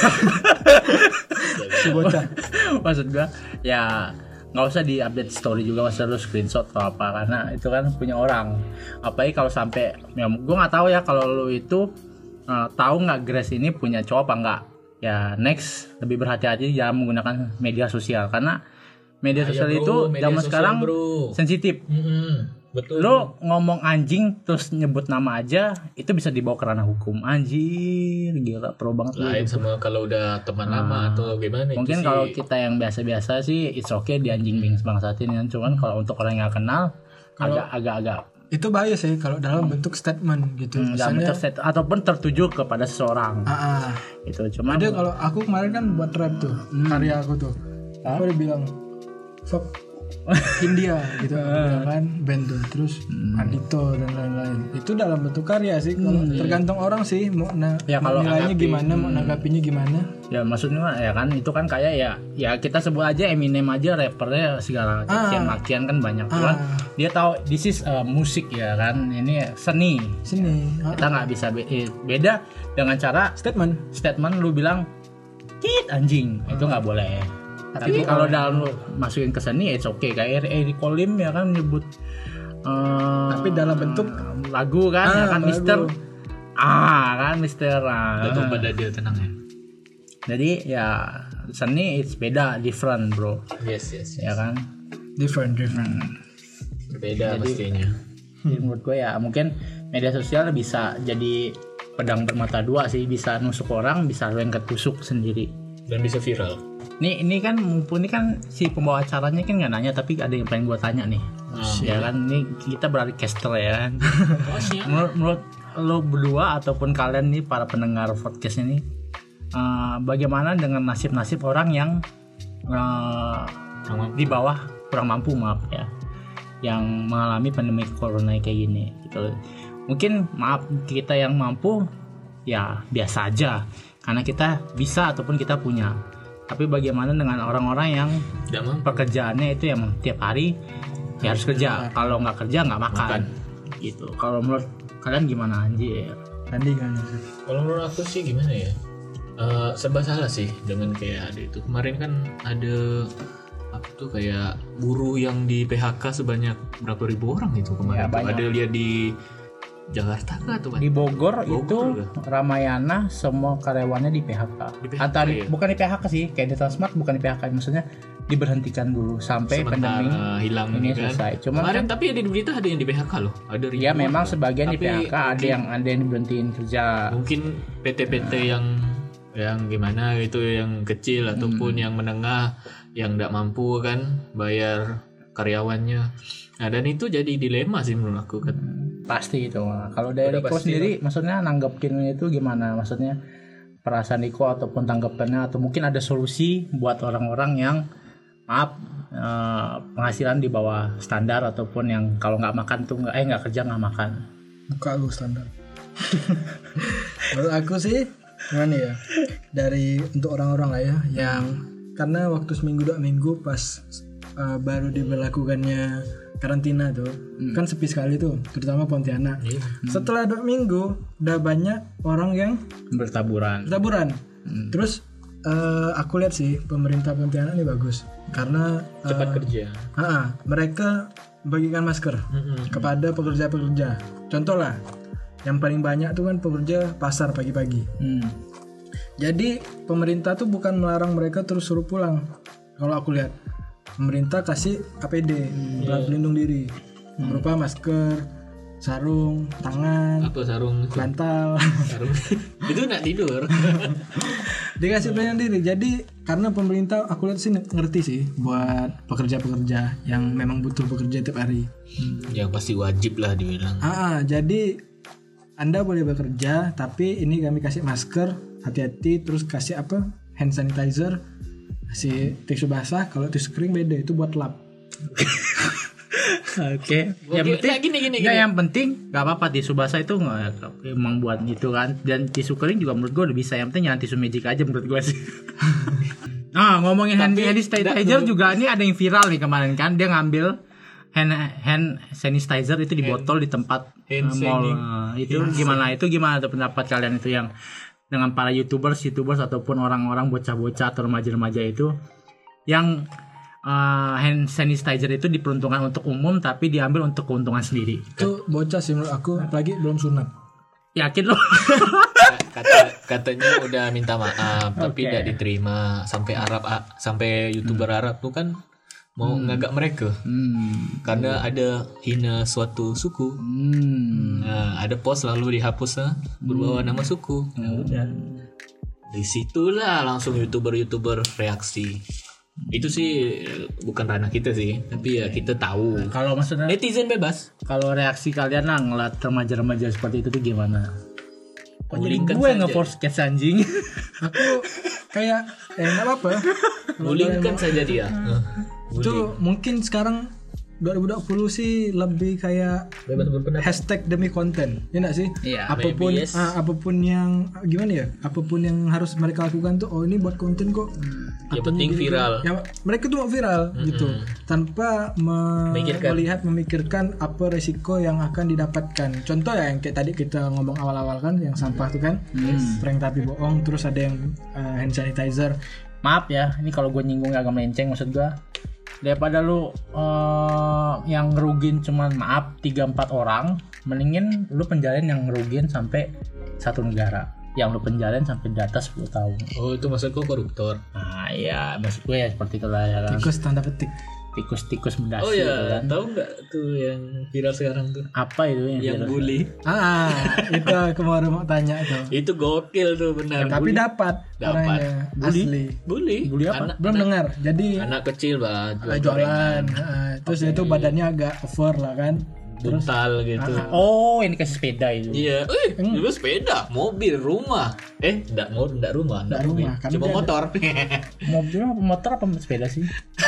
Si bocah. Maksud gue ya nggak usah di update story juga, masa lu screenshot atau apa, karena itu kan punya orang. Apalagi kalau sampai ya, gue nggak tahu ya kalau lu itu eh, tahu nggak Grace ini punya cowok apa enggak. Ya next lebih berhati-hati jangan menggunakan media sosial, karena media Ayo, sosial bro, itu media zaman sosial, sekarang bro. sensitif. Mm-mm, betul. Lo ngomong anjing terus nyebut nama aja itu bisa dibawa ke ranah hukum. Anjir, gila pro banget lu. Lain sama kalau udah teman lama atau gimana itu Mungkin sih. kalau kita yang biasa-biasa sih it's okay di anjing bing bangsatin kan. Cuman kalau untuk orang yang nggak kenal agak agak agak Itu bahaya sih kalau dalam bentuk statement gitu. nggak Misalnya, terset ataupun tertuju kepada seseorang. ah, ah. Itu cuman Ada kalau aku kemarin kan buat rap tuh, karya aku tuh. Aku udah bilang fuck India gitu aku bilang kan, band tuh, terus Adito dan lain-lain. Itu dalam bentuk karya sih. Kalau tergantung orang sih mau na Ya, mau kalau nilainya gimana, mau nanggapinya gimana. ya maksudnya ya kan itu kan kayak ya ya kita sebut aja Eminem aja rappernya segala makian-makian kan banyak. Cuman dia tahu this is uh, musik ya kan, ini seni. Sini ah, Kita nggak bisa be- eh, beda dengan cara statement. statement lu bilang kit anjing itu nggak boleh. Tapi kalau dalam lu masukin ke seni it's okay, kayak Eric Kolim ya kan nyebut eh, Tapi dalam bentuk lagu kan ya Ah, kan lagu. Mister ah kan Mister ah. Jatuh pada dia tenang ya. Jadi ya seni it's beda, different bro Yes yes. ya kan. different different. Beda pastinya. Jadi menurut gue ya mungkin media sosial bisa jadi pedang bermata dua sih, bisa nusuk orang, bisa lu yang ketusuk sendiri. Dan bisa viral. Nih ini kan mumpuni kan si pembawa acaranya kan nggak nanya, tapi ada yang pengen gue tanya nih. Ya kan ini kita beralih caster ya kan. menurut, menurut lo berdua ataupun kalian nih para pendengar podcast ini, eh, bagaimana dengan nasib-nasib orang yang eh, di bawah kurang mampu maaf ya, yang mengalami pandemi corona kayak gini gitu. Mungkin maaf kita yang mampu ya biasa aja karena kita bisa ataupun kita punya. Tapi bagaimana dengan orang-orang yang Tidak mampu. pekerjaannya itu emang tiap hari ya harus kerja, kalau nggak kerja nggak makan, gitu. Kalau menurut kalian gimana anjir? Nanti kan. Kalau menurut aku sih gimana ya? Eh, serba salah sih dengan kayak ada itu. Kemarin kan ada apa tuh kayak buruh yang di P H K sebanyak berapa ribu orang itu Ya, kemarin. tuh. banyak. Ada lihat di Jakarta kah tuh Di Bogor, Bogor itu juga. Ramayana semua karyawannya di P H K. Di P H K, Atau di- ya? bukan di P H K sih, kayak di Transmart bukan di P H K, maksudnya diberhentikan dulu sampai pandemi hilang ini kan. selesai. Cuma Kemarin kan, tapi ada di berita ada yang di P H K loh. Ada ya ribuan memang loh. sebagian di P Tapi H K, ada mungkin- yang ada yang diberhentiin kerja. mungkin P T P T yang yang gimana itu yang kecil ataupun yang menengah yang tidak mampu kan bayar karyawannya. Nah dan itu jadi dilema sih menurut aku kan. pasti itu. Kalau dari Udah Riko pasti sendiri maksudnya nanggepin itu gimana? Maksudnya perasaan Riko ataupun tanggapannya atau mungkin ada solusi buat orang-orang yang maaf eh, penghasilan di bawah standar ataupun yang kalau nggak makan tuh nggak eh nggak kerja nggak makan. Buka lu standar. Menurut aku sih gimana ya, dari untuk orang-orang lah ya yang karena waktu seminggu dua minggu pas uh, baru diberlakukannya karantina tuh hmm. kan sepi sekali tuh, terutama Pontianak. Iya. Hmm. Setelah dua minggu udah banyak orang yang Bertaburan. bertaburan. Hmm. Terus uh, aku lihat sih pemerintah Pontianak ini bagus karena Cepat uh, kerja. uh, mereka bagikan masker Mm-mm. kepada pekerja-pekerja. Contoh lah, yang paling banyak tuh kan pekerja pasar pagi-pagi. Hmm. Jadi pemerintah tuh bukan melarang mereka terus suruh pulang. Kalau aku lihat, pemerintah kasih A P D, alat pelindung diri, berupa masker, sarung, tangan, Apa sarung? bantal. Sarung. Itu nak tidur. Dikasih pelindung diri. Jadi karena pemerintah aku lihat sih ngerti sih buat pekerja-pekerja yang memang butuh bekerja tiap hari. Yang pasti wajib lah dibilang. Ah, jadi Anda boleh bekerja, tapi ini kami kasih masker, hati-hati, terus kasih apa? Hand sanitizer, kasih tisu basah. Kalau tisu kering beda, itu buat lap. Oke. Yang Oke, penting nah, gini, gini, nggak, gini. yang penting nggak apa-apa tisu basah itu nggak emang buat itu kan, dan tisu kering juga menurut gue udah bisa. Yang penting jangan tisu magic aja menurut gue sih. Nah ngomongin hand hand sanitizer juga ini ada yang viral nih kemarin kan, dia ngambil hand hand sanitizer itu di botol di tempat hand uh, mall. sanitizer. Uh, itu gimana itu gimana tuh pendapat kalian itu yang dengan para youtubers youtubers ataupun orang-orang bocah-bocah atau remaja-remaja itu yang uh, hand sanitizer itu diperuntukkan untuk umum tapi diambil untuk keuntungan sendiri. Itu bocah sih menurut aku, apalagi belum sunat. Yakin lo? Kata, katanya udah minta maaf tapi Oke. tidak diterima sampai Arab ah, sampai youtuber Arab tuh kan mau ngagak mereka Hmm. karena ada hina suatu suku. Hmm. Nah, ada post lalu dihapus lah berbawa nama suku. Nah, udah. Di situlah langsung youtuber-youtuber reaksi. Itu sih bukan ranah kita sih, tapi ya kita tahu. Kalau maksudnya Netizen bebas. kalau reaksi kalian lah ngeliat remaja-remaja seperti itu tuh gimana? Kok jadi Gulingkan gue saja. nge-force catch anjing? Aku kayak eh nggak apa-apa. Gulingkan saja dia. Nah, Itu mungkin sekarang dua ribu dua puluh sih lebih kayak bebas berpendapat. hashtag demi konten, ya nggak sih? Iya, apapun maybe yes. ah, apapun yang gimana ya, apapun yang harus mereka lakukan tuh, oh ini buat konten kok. Yang Atau penting gitu. viral. Ya, mereka tuh mau viral gitu, tanpa me- Memikirkan. melihat memikirkan apa resiko yang akan didapatkan. Contoh ya yang kayak tadi kita ngomong awal-awal kan, yang sampah tuh kan, prank tapi bohong, terus ada yang uh, hand sanitizer. Maaf ya, ini kalau gue nyinggung agak melenceng, maksud gue daripada lu uh, yang ngerugin cuman maaf tiga empat orang, mendingin lu penjarain yang ngerugin sampai satu negara, yang lu penjarain sampai di atas sepuluh tahun. Oh, itu maksud kau koruptor. Nah ya maksud gue ya seperti itulah ya kan. Tikus tanda petik. Tikus-tikus mendasi Oh itu ya, kan. tahu nggak tuh yang viral sekarang tuh? Apa itu yang, Yang viral? bully. Ah, itu aku baru mau tanya tuh. Itu gokil tuh benar. Tapi dapat Dapat. orangnya Bully? asli. Bully. Bully apa? Anak, Belum dengar. Jadi anak kecil bah, uh, jualan, uh, terus itu badannya agak over lah kan. buntal gitu. Oh, ini kasih sepeda itu. Iya, eh, itu sepeda, mobil, rumah. Eh, enggak mau, enggak rumah, enggak Nggak mobil. rumah, kan Cuma dia ada- motor. Mobil apa motor apa sepeda sih?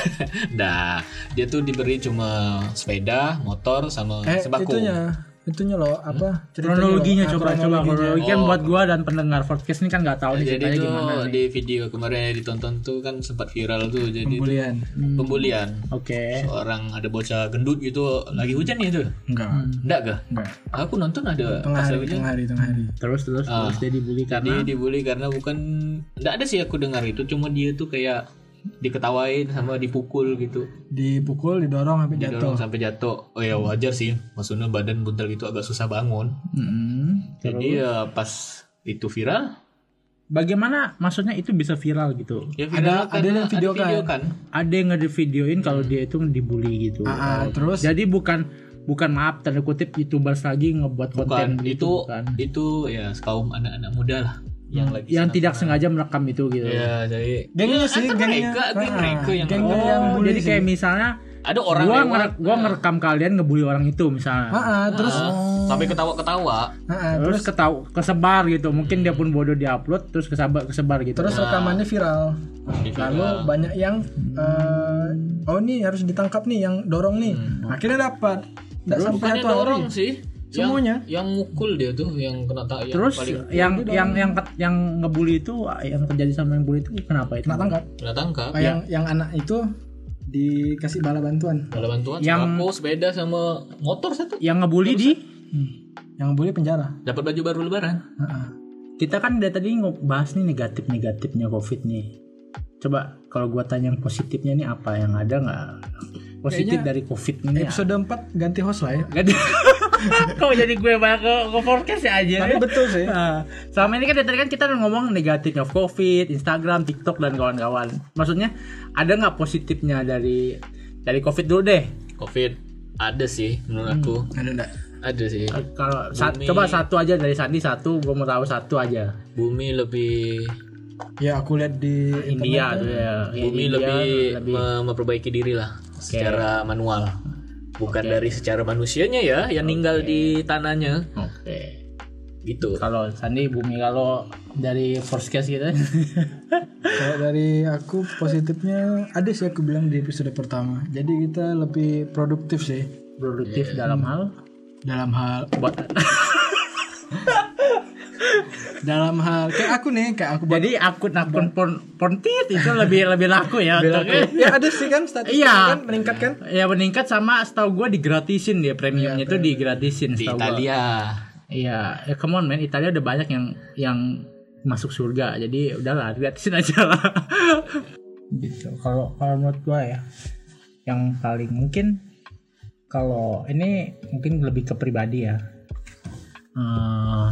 Nah, dia tuh diberi cuma sepeda, motor sama Eh, sembako. itunya, itunya loh apa? ceritanya Kronologinya loh. Ah, coba coba kronologinya. kronologi kan Oh. buat gua dan pendengar podcast ini kan nggak tahu nih Jadi ceritanya tuh gimana nih. di video kemarin yang ditonton tuh kan sempat viral tuh. Jadi tuh Pembulian. pembulian. Oke. Seorang ada bocah gendut gitu, lagi hujan nih tuh. Enggak. Enggak gak? Enggak. Aku nonton ada Tengah pas hari, lagi hujan. tengah hari, tengah hari. Terus terus Ah. terus dia dibully Jadi karena dibully karena bukan, enggak ada sih aku dengar itu, cuma dia tuh kayak diketawain sama dipukul gitu, Dipukul, didorong sampai jatuh. didorong sampai jatuh. Oh ya wajar sih, maksudnya badan buntal gitu agak susah bangun. Mm-mm. Jadi ya pas itu viral, Bagaimana maksudnya itu bisa viral gitu? ya Ada- viral ada yang video kan. Ada yang nge-videoin kalau dia itu dibully gitu. Ah, ah, Oh. terus Jadi bukan bukan maaf tanda kutip YouTubers lagi ngebuat konten Bukan, gitu itu kan. itu ya kaum anak-anak muda lah yang lagi Yang senang- tidak sengaja merekam itu gitu. Ya, jadi gengnya ya, sih, kan gengnya. mereka, geng Ah, mereka yang geng Oh, yang bully jadi sih. kayak misalnya Ada orang gua lewat. ngere- gua ngerekam kalian ngebully orang itu misalnya. Ah, terus Ah, sampai ketawa-ketawa. ah, terus ketahu kesebar gitu. Mungkin dia pun bodoh diupload terus kesebar kesebar gitu. terus rekamannya viral. Di Lalu viral. banyak yang eh, oh nih harus ditangkap nih yang dorong nih. Akhirnya dapat. Enggak sampai Bukannya satu hari. dorong sih. Semuanya. Yang, yang mukul dia tuh, yang kena tak yang Terus paling yang yang yang yang ngebully itu yang terjadi sama yang bully itu kenapa itu? Kena tangkap. kena tangkap. Ah, yang yang anak itu dikasih bala bantuan. Ada bantuan Yang- sembako, sepeda sama motor satu. Yang ngebully di Yang boleh penjara. Dapat baju baru lebaran. Heeh. kita kan dari tadi ngebahas nih negatif-negatifnya Covid nih. Coba kalau gua tanya yang positifnya nih apa yang ada nggak positif Kayaknya dari Covid ini? Episode empat ganti host lah ya. Gak ada. Kok jadi gue banyak ke, ke podcast ya aja. Tapi betul sih. Nah, selama ini kan dari tadi kan kita ngomong negatifnya Covid, Instagram, TikTok dan kawan-kawan. Maksudnya ada nggak positifnya dari dari Covid dulu deh? Covid ada sih menurut aku. Ada enggak? Ada sih. Kalau sa- Bumi. coba satu aja dari Sandi satu, gue mau tahu satu aja. Bumi lebih Ya aku lihat di India tuh ya. Ya, bumi India lebih, me- memperbaiki diri lah secara manual. Bukan dari secara manusianya ya yang tinggal di tanahnya Oke. gitu. Kalau Sandi bumi kalau dari first case gitu. Kalau dari aku positifnya ada sih aku bilang di episode pertama. Jadi kita lebih produktif sih Produktif dalam hal dalam hal buat dalam hal kayak aku nih kayak aku buat jadi akun-akun pon pontit itu lebih lebih laku ya. bela- untuk- ya ada sih kan statistik Iya. kan meningkat kan. Ya meningkat sama setahu gue digratisin dia premiumnya itu digratisin Di setahu gua. Italia. Iya, eh, come on man, Italia udah banyak yang yang masuk surga. Jadi udahlah gratisin aja lah. Gitu. Kalau kalau menurut gue ya yang paling mungkin kalau ini mungkin lebih ke pribadi ya. Eh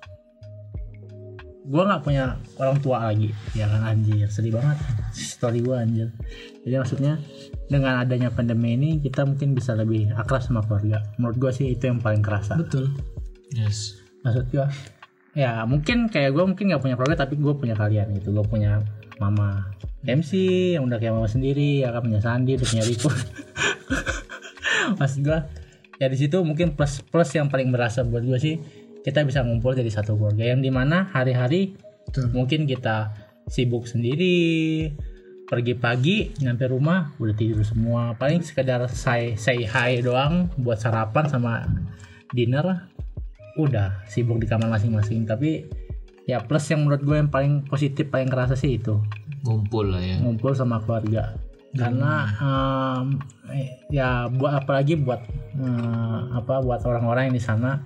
gue nggak punya orang tua lagi ya kan anjir sedih banget story gue anjir. Jadi maksudnya dengan adanya pandemi ini kita mungkin bisa lebih akrab sama keluarga. Menurut gue sih itu yang paling kerasa. Betul. Yes. Maksud gue ya mungkin kayak gue mungkin nggak punya keluarga tapi gue punya kalian gitu. Gue punya mama M C yang udah kayak mama sendiri ya kan, punya Sandi, udah punya Riko. Maksud gue ya di situ mungkin plus plus yang paling berasa buat gue sih kita bisa ngumpul jadi satu keluarga yang dimana hari-hari Betul. mungkin kita sibuk sendiri, pergi pagi nyampe rumah udah tidur semua, paling sekedar say say hi doang buat sarapan sama dinner udah sibuk di kamar masing-masing. Tapi ya plus yang menurut gue yang paling positif paling kerasa sih itu Ngumpul lah ya. ngumpul sama keluarga karena um, eh, ya buat apalagi buat eh, apa buat orang-orang yang di sana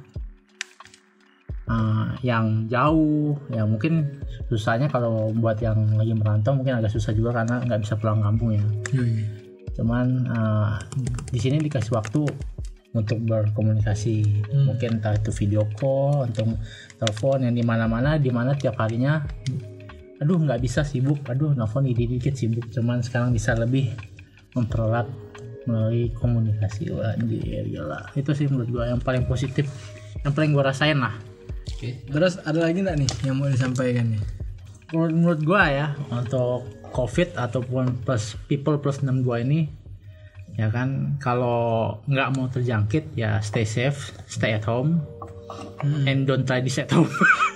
uh, yang jauh ya mungkin susahnya kalau buat yang lagi merantau mungkin agak susah juga karena nggak bisa pulang kampung ya. Yoi. Cuman uh, di sini dikasih waktu untuk berkomunikasi, Hmm. mungkin entah itu video call, untuk telepon yang di mana-mana, di mana tiap harinya, aduh nggak bisa sibuk, aduh nelfon dikit-dikit sibuk, cuman sekarang bisa lebih mempererat melalui komunikasi. Wah, anjir gila. Itu sih menurut gua yang paling positif, yang paling gua rasain lah. Oke. Terus ada lagi nggak nih yang mau disampaikan nih? Menurut, menurut gua ya untuk COVID ataupun plus people plus enam puluh dua ini ya kan, kalau nggak mau terjangkit ya stay safe, stay at home, and don't try this at home.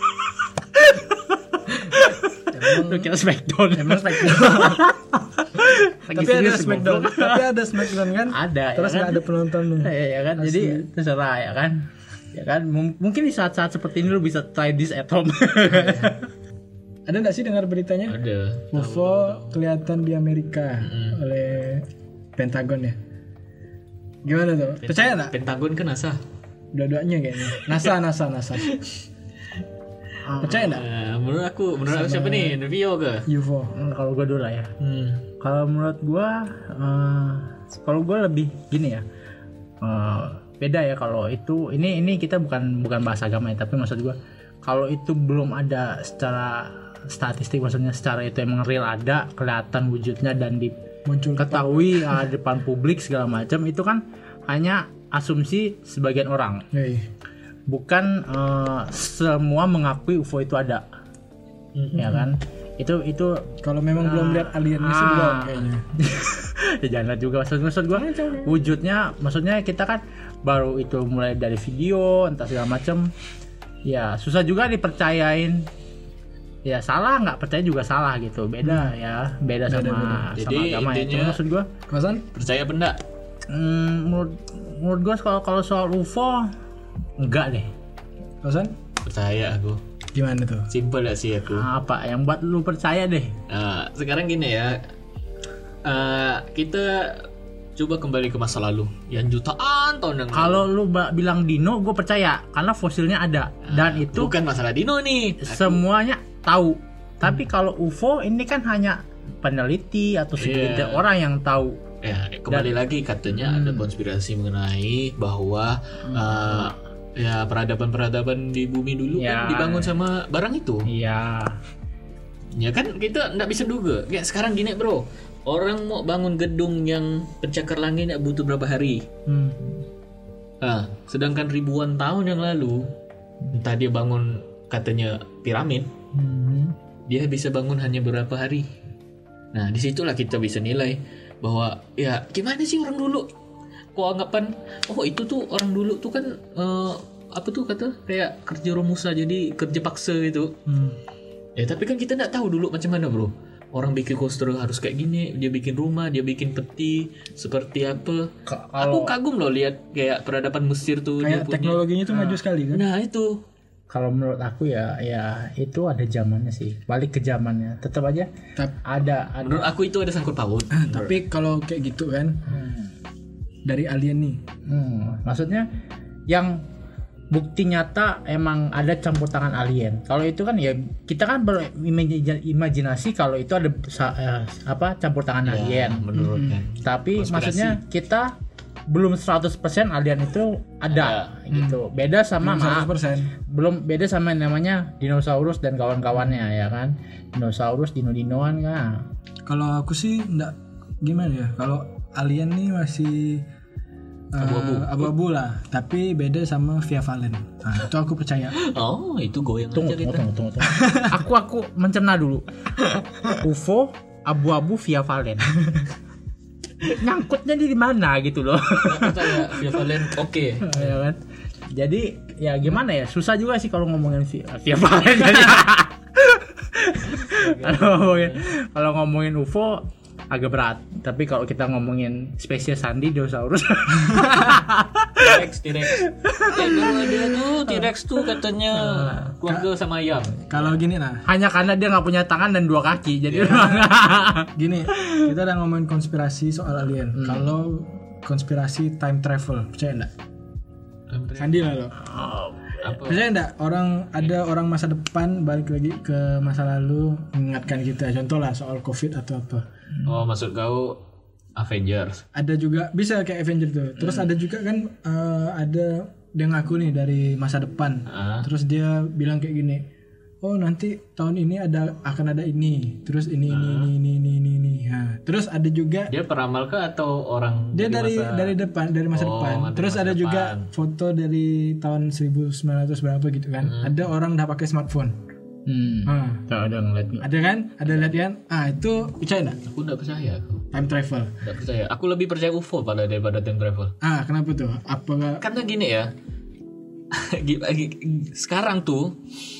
Lu kira Smackdown? Emang Smackdown. Tapi ada Smackdown. Tapi ada Smackdown kan? Ada. Terus ya nggak kan? ada penontonnya. Ya, ya kan, jadi terserah ya kan. Ya kan, M- mungkin di saat-saat seperti ini lu bisa try this at home. Ada nggak sih dengar beritanya? Ada. U F O kelihatan di Amerika oleh Pentagon ya. Gimana tuh? Percaya nggak? Pentagon kan NASA. Dua-duanya kayaknya. NASA, NASA, NASA. Percaya nggak? Nah, menurut aku, menurut aku siapa nih? Nervio ke? U F O. Hmm, kalau gue dulu lah ya. Hmm. Kalau menurut gue, uh, kalau gue lebih gini ya, uh, beda ya kalau itu. Ini ini kita bukan bukan bahasa agama ya, tapi maksud gue, kalau itu belum ada secara statistik, maksudnya secara itu emang real ada, kelihatan wujudnya dan Muncul diketahui uh, di depan publik segala macam, itu kan hanya asumsi sebagian orang, Yoi. bukan uh, semua mengakui U F O itu ada, ya kan? Itu itu Kalau memang belum lihat aliennya sih belum kayaknya. Ya jangan juga maksud maksud gue wujudnya, maksudnya kita kan baru itu mulai dari video entah segala macem, ya susah juga dipercayain. Ya salah nggak percaya juga salah gitu, beda hmm. ya beda, beda sama beda. Sama jadi agama intinya itu maksud gue. Kosan percaya benda? Hmm, menurut menurut gue kalau kalau soal U F O enggak deh. Kosan percaya aku. Gimana tuh? Simpel ya sih aku. Nah, apa yang buat lu percaya deh? Nah, sekarang gini ya, uh, kita coba kembali ke masa lalu yang jutaan tahun yang lalu. Kalau lu ba- bilang dino, gue percaya karena fosilnya ada dan nah, itu bukan masalah dino nih. Semuanya tahu. Tapi kalau U F O ini kan hanya peneliti atau segelintir yeah. orang yang tahu. Ya, kembali dan, lagi katanya hmm. ada konspirasi mengenai bahwa hmm. uh, ya peradaban-peradaban di bumi dulu ya, kan dibangun sama barang itu. Iya. Ya kan kita nggak bisa duga. Kayak sekarang gini bro, orang mau bangun gedung yang pencakar langit butuh berapa hari? Hmm. Nah, sedangkan ribuan tahun yang lalu, entah dia bangun katanya piramid, hmm. dia bisa bangun hanya berapa hari. Nah, disitulah kita bisa nilai bahwa ya gimana sih orang dulu kok anggapan oh itu tuh orang dulu tuh kan uh, apa tuh kata kayak kerja romusa jadi kerja paksa gitu. Hmm. Ya tapi kan kita nggak tahu dulu macam mana bro. Orang bikin coaster harus kayak gini, dia bikin rumah, dia bikin peti seperti apa. K- Aku kagum loh lihat kayak peradaban Mesir tuh. Kayak teknologinya tuh nah, maju sekali kan. Nah itu. Kalau menurut aku ya, ya itu ada zamannya sih. Balik ke zamannya, tetap aja. Tap, ada, ada. Menurut aku itu ada sangkut paut. Tapi kalau kayak gitu kan, hmm. dari alien nih. Hmm, maksudnya yang bukti nyata emang ada campur tangan alien. Kalau itu kan ya kita kan berimajinasi kalau itu ada uh, apa campur tangan ya, alien. Menurut hmm. kan. Tapi konspirasi. Maksudnya kita belum seratus persen alien itu ada, ada. gitu. Hmm. Beda sama belum seratus persen. Belum beda sama yang namanya dinosaurus dan kawan-kawannya ya kan. Dinosaurus, dino-dinoan kan. Kalau aku sih enggak gimana ya. Kalau alien nih masih uh, abu-abu. abu-abu lah, tapi beda sama Via Valen. Nah, itu aku percaya. Oh, itu goyang tunggu, aja tunggu, kita. Tunggu, tunggu, tunggu. aku aku mencerna dulu. U F O, abu-abu, Via Valen. Nyangkutnya di mana gitu loh. Percaya Via Valen. Oke. Okay. Ya kan? Jadi ya gimana ya? Susah juga sih kalau ngomongin Via, Via Valen. Kalau ngomongin kalau ngomongin U F O agak berat. Tapi kalau kita ngomongin spesies Sandi dinosaurus. T-Rex, T-Rex. Ya, kalau dia tuh T-Rex tuh katanya keluarga sama ayam. Kalau gini nah, hanya karena dia nggak punya tangan dan dua kaki. Jadi yeah. Gini, kita udah ngomongin konspirasi soal alien. Hmm. Kalau konspirasi time travel, percaya enggak? Sandi lah lo. Oh, percaya enggak orang ada orang masa depan balik lagi ke masa lalu mengingatkan kita. Contoh lah soal Covid atau apa. Oh, maksud kau Avengers. Ada juga bisa kayak Avengers tuh. Terus hmm. ada juga kan uh, ada dia ngaku nih dari masa depan. Uh. Terus dia bilang kayak gini. Oh, nanti tahun ini ada akan ada ini. Terus ini uh. ini ini ini ini ini. Nah, terus ada juga dia peramal kah atau orang dia dari masa... dari depan dari masa oh, depan. Terus masa ada depan. Juga foto dari tahun seribu sembilan ratus berapa gitu kan. Hmm. Ada orang udah pakai smartphone. Hmm. Ah. Ada ngeliat. Ada kan? Ada lihat kan? Ah, itu percaya enggak? Aku enggak percaya aku. Time travel. Enggak percaya. Aku lebih percaya U F O pada daripada time travel. Ah, kenapa tuh? Apa karena gini ya. Sekarang tuh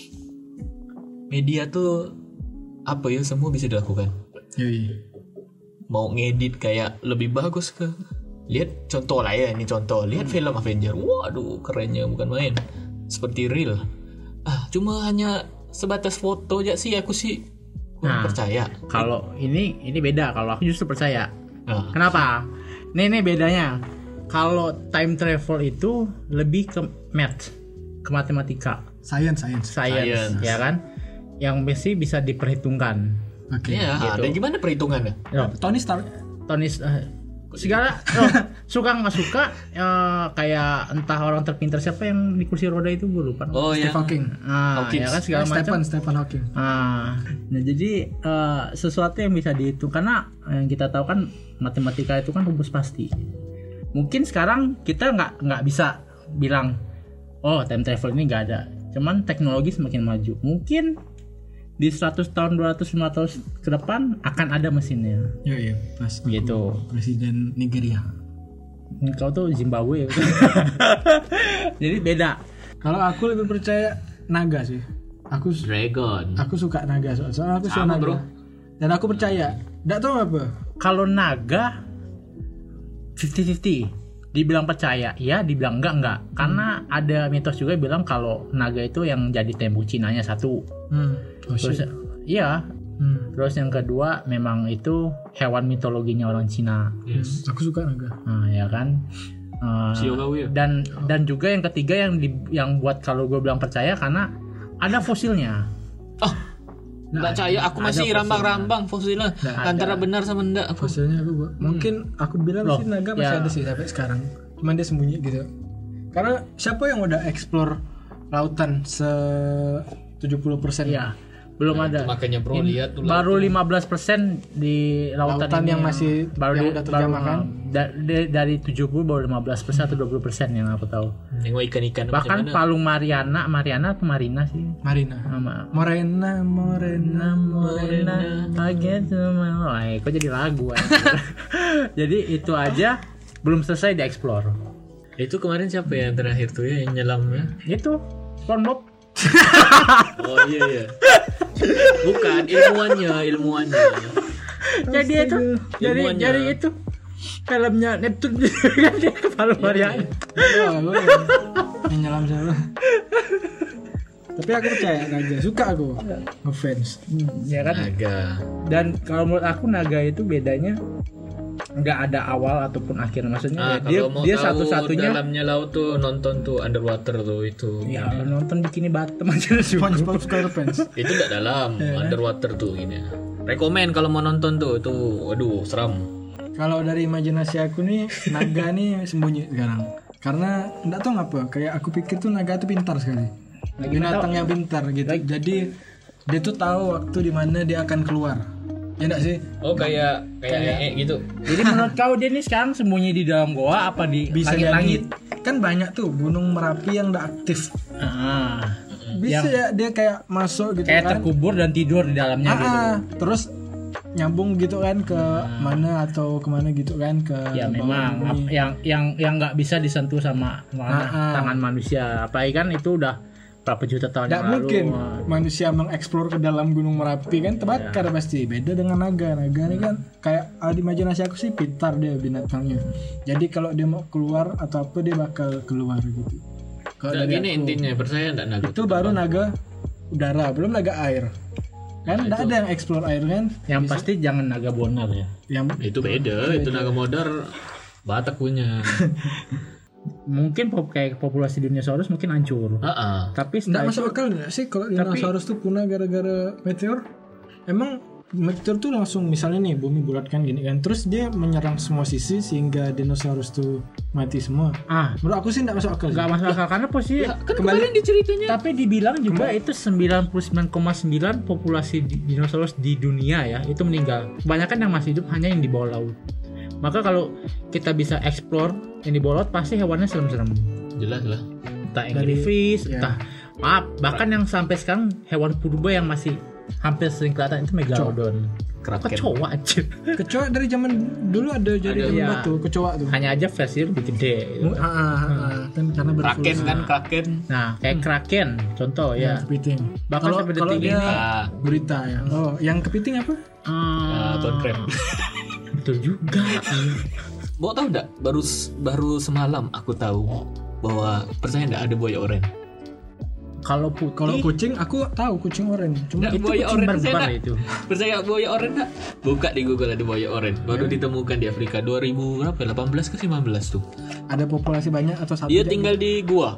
media tuh apa ya semua bisa dilakukan. Iya. Mau ngedit kayak lebih bagus ke. Lihat contoh lah ya, ini contoh. Lihat hmm. film Avenger. Waduh, kerennya bukan main. Seperti real. Ah, cuma hanya sebatas foto aja sih aku sih kurang nah, percaya. Kalau ini ini beda. Kalau aku justru percaya. Ah. Kenapa? Nih nih bedanya. Kalau time travel itu lebih ke math, ke matematika. Science, science. Science, ya kan? Yang mesti bisa diperhitungkan. Oke. Okay. Ya, gitu. Dan gimana perhitungannya? Yo. Tony Stark. Tony uh, segala oh, suka nggak suka uh, kayak entah orang terpintar siapa yang di kursi roda itu gue lupa. Oh Stephen ya. Hawking. Ah, ya kan segala macam. Stephen Stephen Hawking. Ah, nah jadi uh, sesuatu yang bisa dihitung karena yang kita tahu kan matematika itu kan rumus pasti. Mungkin sekarang kita nggak nggak bisa bilang oh time travel ini nggak ada. Cuman teknologi semakin maju. Mungkin di seratus tahun dua ratus lima ratus ke depan akan ada mesinnya. Iya iya pas Gitu. presiden Nigeria. Kau tuh Zimbabwe. Jadi beda. Kalau aku lebih percaya naga sih. Aku Dragon. aku suka naga soalnya soalnya aku suka Sama, naga. bro. Dan aku percaya. Nggak tahu apa. Kalau naga fifty fifty. Dibilang percaya, ya dibilang enggak enggak. Karena ada mitos juga bilang kalau naga itu yang jadi tembok Cinanya satu. Hmm. Oh, Terus shit. iya. Hmm. Terus yang kedua memang itu hewan mitologinya orang Cina. Yes. Aku suka naga. Nah, ya kan. Uh, Siogawi ya? dan dan juga yang ketiga yang di, yang buat kalau gue bilang percaya karena ada fosilnya. Oh, nggak percaya. Aku ada masih fosilnya. rambang-rambang fosilnya Nggak antara ada. benar sama enggak. Aku. Fosilnya aku buat. Mungkin aku bilang Loh, sih naga masih ya. ada sih sampai sekarang. Cuman dia sembunyi gitu. Karena siapa yang udah explore lautan se tujuh puluh persen? Iya. Belum Nah, ada. itu makanya bro Ini lihat tuh. baru lima belas persen di lautan, Lautan ini yang masih- baru yang di- udah terjamah baru, kan? da- da- dari tujuh puluh baru lima belas persen atau dua puluh persen yang aku tahu. Nengok ikan-ikan macam Bahkan mana. Palung Mariana, Mariana atau Marina sih? Marina. Nama Morena, Morena, Morena, I get to my life. Kok jadi lagu aja. Jadi itu aja belum selesai dieksplor. Itu kemarin siapa ya yang terakhir tuh ya yang nyelamnya? Itu SpongeBob. Oh iya iya. Bukan ilmuannya, ilmuannya. Jadi itu, jadi Ilmuannya. jadi itu filmnya Neptune dia ke Palung Mariana. Wah, gue yang nyelam siapa? Tapi aku percaya naga, suka aku ngefans. Ya kan? Naga. Dan kalau menurut aku naga itu bedanya nggak ada awal ataupun akhir, maksudnya Ah, ya, dia kalau mau dia tahu satu-satunya. dalamnya laut tuh nonton tuh underwater tuh itu. Ya nonton Bikini Bottom aja SpongeBob SquarePants. Itu enggak dalam, underwater tuh gini. Rekomen kalau mau nonton tuh, tuh waduh seram. Kalau dari imajinasi aku nih, naga nih sembunyi sekarang. Karena enggak tahu ngapa, kayak aku pikir tuh naga tuh pintar sekali. Binatang yang pintar gitu. Jadi dia tuh tahu waktu di mana dia akan keluar. Ya enggak sih? Oh kayak kayak ee gitu. Jadi menurut kau dia nih sekarang sembunyi di dalam goa apa di Bisa langit-langit? jadi. Kan banyak tuh gunung Merapi yang enggak aktif. Ah, Bisa ya dia kayak masuk gitu kayak kan. terkubur dan tidur di dalamnya gitu. Ah, terus nyambung gitu kan ke mana atau kemana gitu kan ke Ya bawah memang bumi. ap- yang yang yang nggak bisa disentuh sama mana- Ah, ah. tangan manusia. Apalagi kan itu udah berapa juta tahun Nggak yang lalu. mungkin Ah, manusia mengeksplor ke dalam gunung Merapi kan terbakar pasti. Beda dengan naga. Naga ini kan kayak ah, di imajinasi aku sih pintar dia binatangnya. Jadi kalau dia mau keluar atau apa dia bakal keluar gitu. Kalau Nggak, dari gini aku, intinya percaya enggak naga. itu baru naga udara, belum naga air. Kan Nah, enggak ada yang explore air kan? Yang pasti jangan naga bonar ya. Yang Itu beda, itu naga modar Batak punya. Mungkin pop kayak populasi dinosaurus mungkin hancur. Heeh. Tapi Nggak setelah masuk akal nggak sih kalau dinosaurus tuh punah gara-gara meteor? Emang meteor tuh langsung misalnya nih bumi bulat kan gini kan, terus dia menyerang semua sisi sehingga dinosaurus tuh mati semua. ah Menurut aku sih nggak masuk akal. nggak masuk akal karena posisi Kan kemarin di ceritanya. tapi dibilang juga itu sembilan puluh sembilan koma sembilan populasi di- dinosaurus di dunia ya itu meninggal. Kebanyakan yang masih hidup hanya yang di bawah laut. Maka kalau kita bisa explore yang di bawah laut pasti hewannya serem-serem. Jelas lah. Entah angry fish, ya. entah maaf bahkan yang sampai sekarang hewan purba yang masih hampir sering kelihatan itu megalodon. Kraken. Kecoa aja. Kecoa dari zaman dulu ada jadi Ada, zaman iya. batu kecoa tuh. Hanya aja versi lebih gede. Gitu. Ah, ah, ah, kan karena Kraken berfungsi. kan kraken. Nah, kayak kraken contoh Ya, ya. kepiting. Bahkan Kalau sampai kalau detik dia ini. Ah, gurita ya. Oh, yang kepiting apa? Ah, bone crab. betul juga. Mau tahu enggak? Baru baru semalam aku tahu bahwa percaya enggak ada buaya oranye. Kalau putih Kalau kucing aku tahu kucing oranye. Cuma Nggak, itu buaya kucing oranye percaya barbar nggak? itu. Percaya buaya oranye enggak? Buka di Google ada buaya oranye. Baru ditemukan di Afrika dua ribu berapa? delapan belas ke sembilan belas tuh. ada populasi banyak atau satu? Dia aja? tinggal di gua.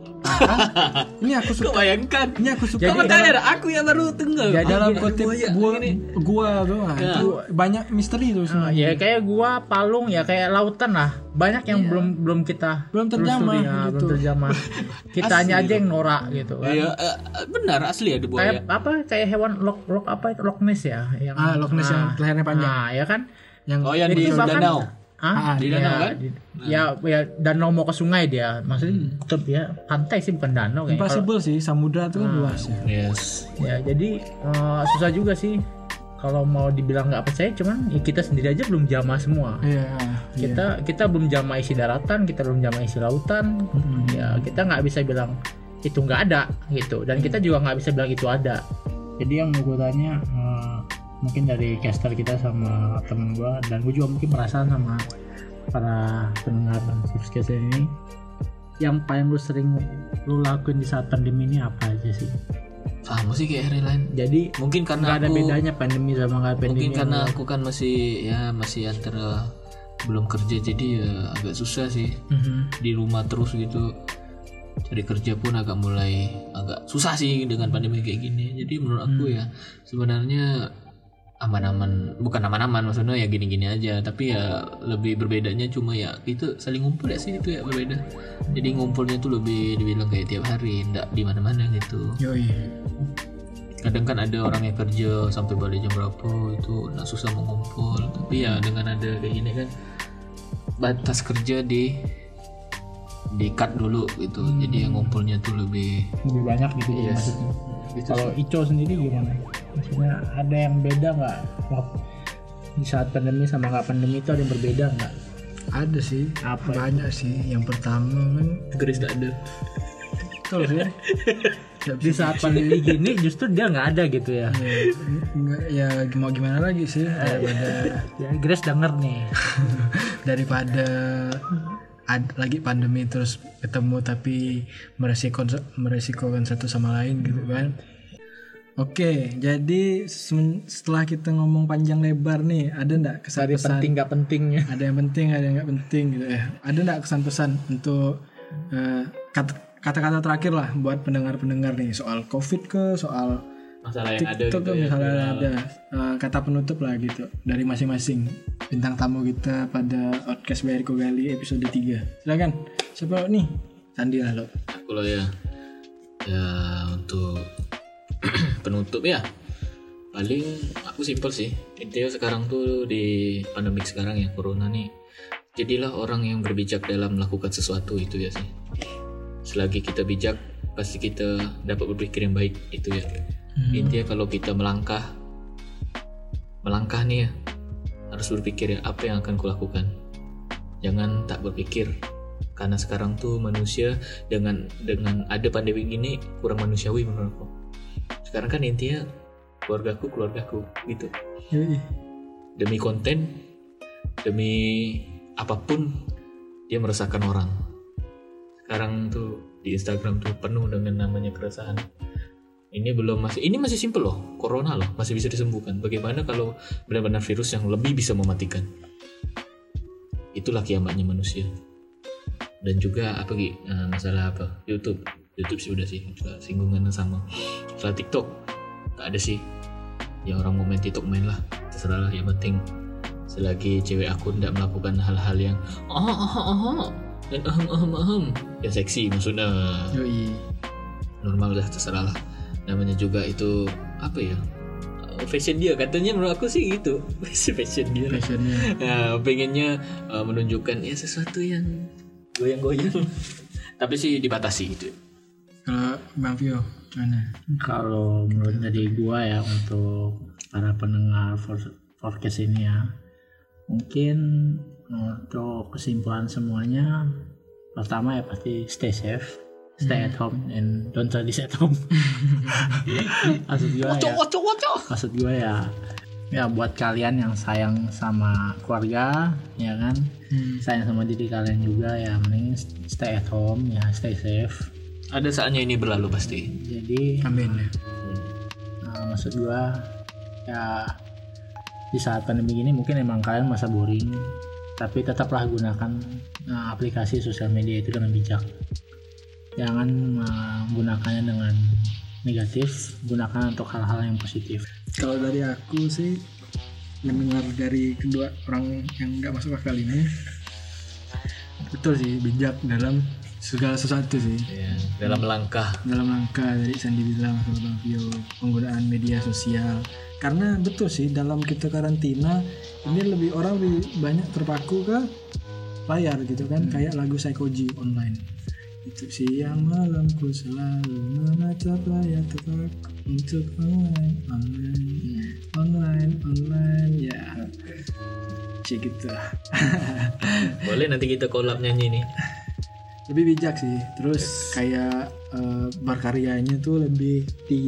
Ini aku Kau suka. bayangkan. Ini aku suka. Jadi Kamu tanya dah, aku yang baru tinggal. Jadi dalam gini, kutip buaya gua ini. gua tuh nah, Ya. itu banyak misteri tuh Ah, sebenarnya. ya kayak gua palung ya kayak lautan lah. Banyak yang belum belum kita Belum terjamah, telusuri, ya, gitu. belum terjamah. Kitanya aja yang norak gitu kan. Iya, eh, benar asli ada buaya. Kayak apa kayak hewan loch loch apa itu Loch Ness ya yang Ah, Loch Ness yang lehernya panjang. Nah, ya kan? Yang Oh, yang Jadi di bahkan- danau. Ah, di ya, danau kan? di- ya ya danau mau ke sungai dia. Maksudnya tetap ya pantai sih bukan danau kayaknya. Kalau- Impossible sih, samudra itu kan luas ya. Yes. ya jadi eh, susah juga sih kalau mau dibilang nggak percaya, cuman ya kita sendiri aja belum jamah semua. Iya. Kita kita belum jamah isi daratan, kita belum jamah isi lautan. Ya kita nggak bisa bilang itu nggak ada gitu, dan kita juga nggak bisa bilang itu ada. Jadi yang mau gue tanya eh, mungkin dari caster kita sama temen gue, dan gue juga mungkin merasa sama para pendengar podcast ini, yang paling lu sering lu lakuin di saat pandemi ini apa aja sih? Sama sih kayak hari lain. Jadi Mungkin karena nggak ada aku bedanya pandemi sama nggak pandemi. mungkin karena aku kan masih ya masih antara belum kerja, jadi ya agak susah sih Mhm. di rumah terus gitu. Cari kerja pun agak mulai agak susah sih dengan pandemi kayak gini. Jadi menurut aku ya sebenarnya aman-aman, bukan aman-aman maksudnya ya gini-gini aja, tapi ya lebih berbedanya cuma ya itu saling ngumpul ya sih, itu ya berbeda. Jadi ngumpulnya tuh lebih dibilang kayak tiap hari, enggak di mana-mana gitu. Yoi. Kadang kan ada orang yang kerja sampai balik jam berapa itu nah susah mau ngumpul, tapi ya dengan ada kayak gini kan batas kerja di di cut dulu gitu. Jadi yang ngumpulnya tuh lebih lebih banyak gitu ya Yes. maksudnya. gitu Kalau sih. Ico sendiri gimana? Maksudnya ada yang beda nggak? Wah, di saat pandemi sama nggak pandemi itu ada yang berbeda nggak? Ada sih. Apa? Banyak sih. Yang pertama kan Garis tak ada. betul sih. Nggak Di bisa- saat pandemi gini justru dia nggak ada gitu ya. ya, nggak- ya mau gimana lagi sih daripada Ya Grace denger nih. daripada ad- lagi pandemi terus ketemu tapi meresiko meresikokan satu sama lain gitu kan. Oke, jadi sem- setelah kita ngomong panjang lebar nih, ada ndak Dari kesan-pesan? penting nggak pentingnya. Ada yang penting, ada yang nggak penting gitu ya. Ada ndak kesan-pesan untuk eh, kat- kata-kata terakhir lah buat pendengar-pendengar nih soal COVID ke soal Masalah yang ada TikTok gitu tuh ya. misalnya ada eh, kata penutup lah gitu dari masing-masing bintang tamu kita pada podcast by Rico Gali episode tiga. Silakan. Siapa nih? Sandi lah lo. Aku lah ya. Ya untuk penutup ya. Paling aku simpel sih. Intinya sekarang tuh di pandemik sekarang ya, corona nih. Jadilah orang yang berbijak dalam melakukan sesuatu itu ya sih. Selagi kita bijak, pasti kita dapat berpikir yang baik itu ya. Intinya kalau kita melangkah, melangkah nih ya, harus berpikir ya apa yang akan kulakukan. Jangan tak berpikir, karena sekarang tuh manusia dengan dengan ada pandemi gini kurang manusiawi menurutku. Sekarang kan intinya keluargaku keluargaku gitu. Yoi. Demi konten, demi apapun dia meresahkan orang. Sekarang tuh di Instagram tuh penuh dengan namanya keresahan. Ini belum masih ini masih simple loh, corona loh, masih bisa disembuhkan. Bagaimana kalau benar-benar virus yang lebih bisa mematikan? Itulah kiamatnya manusia. Dan juga apa Gi? Nah, masalah apa? YouTube. YouTube sih udah sih, juga singgungan sama. Masalah TikTok gak ada sih. Ya orang mau main TikTok main lah, terserah lah. Yang penting selagi cewek aku tidak melakukan hal-hal yang ah ah ah ah dan ahem ahem ahem yang seksi maksudnya, Yoi. normal dah terserah lah. Namanya juga itu apa ya, uh, fashion dia katanya, menurut aku sih gitu. Fashion dia Passionnya. nah, pengennya uh, menunjukkan ya sesuatu yang goyang-goyang tapi sih dibatasi gitu. Kalau Bang Vio gimana? Kalau menurut dari gua ya, untuk para pendengar for- podcast ini ya, mungkin untuk kesimpulan semuanya, pertama ya pasti stay safe, stay at home and don't study at home. Maksud gua ya, maksud gua ya, ya buat kalian yang sayang sama keluarga, ya kan, sayang sama diri kalian juga ya, mending stay at home ya, stay safe. Ada saatnya ini berlalu pasti. Jadi Amin ya. Nah, maksud gua ya di saat pandemi ini mungkin emang kalian masa boring, tapi tetaplah gunakan nah, aplikasi sosial media itu dengan bijak. Jangan menggunakannya dengan negatif, gunakan untuk hal-hal yang positif. Kalau dari aku sih mendengar dari kedua orang yang nggak masuk akal ini, betul sih, bijak dalam segala sesuatu sih. Ya, dalam langkah Dalam langkah dari Sandi bilang sama Bang Vio, penggunaan media sosial karena betul sih dalam kita karantina ini lebih orang lebih banyak terpaku ke layar gitu kan, hmm. kayak lagu Psychoji online itu siang malamku selalu menatap layar terpaku untuk online online hmm. online online ya sih gitu. Boleh nanti kita collab nyanyi nih. Lebih bijak sih, terus yes. kayak uh, berkaryanya tuh lebih di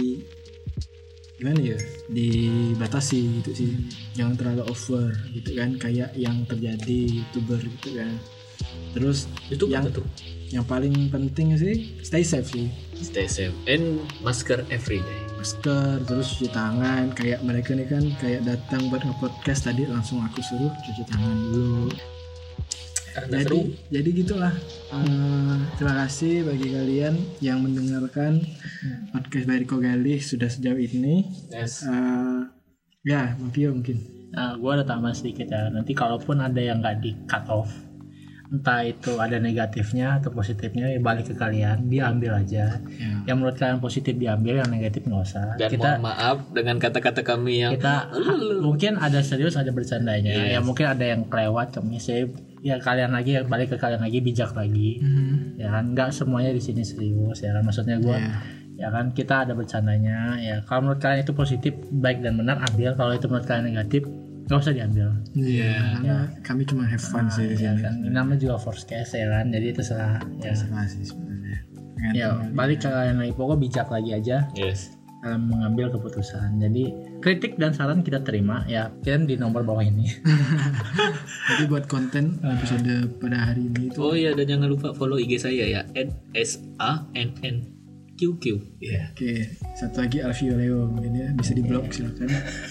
gimana ya, dibatasi gitu sih, jangan terlalu over gitu kan, kayak yang terjadi youtuber gitu kan. Terus itu yang tuh yang paling penting sih stay safe sih, stay safe and masker every day, masker, terus cuci tangan. Kayak mereka nih kan kayak datang buat nge-podcast tadi langsung aku suruh cuci tangan dulu. Jadi, seru. jadi gitulah. Uh, terima kasih bagi kalian yang mendengarkan hmm. podcast by Rico Galih sudah sejauh ini. Yes. Uh, ya, Mafio mungkin. Nah, gue ada tambah sedikit ya. Nanti kalaupun ada yang nggak di cut off, entah itu ada negatifnya atau positifnya, ya balik ke kalian, diambil aja. Yeah. Yang menurut kalian positif diambil, yang negatif nggak usah. Dan kita, mohon maaf dengan kata-kata kami yang kita ha, mungkin ada serius, ada bercandanya. Yes. Ya mungkin ada yang kelewat, kami saya ya kalian lagi, balik ke kalian lagi, bijak lagi. Mm-hmm. Ya kan, nggak semuanya di sini serius ya kan. Maksudnya gue, yeah. ya kan kita ada bercandanya. Ya kalau menurut kalian itu positif, baik dan benar, ambil. Kalau itu menurut kalian negatif, nggak usah diambil. Iya, yeah, karena ya. kami cuma have fun nah, sih di ya sini. Kan. Ini namanya juga force case ya kan, jadi terserah. Ya. Terserah sih sebenarnya. Ya balik ke kalian lagi, pokoknya bijak lagi aja. Yes. Dalam mengambil keputusan. Jadi kritik dan saran kita terima ya, kirim di nomor bawah ini. Jadi buat konten episode pada hari ini itu. Oh iya, dan jangan lupa follow I G saya ya, at s a n n q q. Yeah. Oke, okay. Satu lagi Alfio Leo, mungkin ya bisa di blog silakan.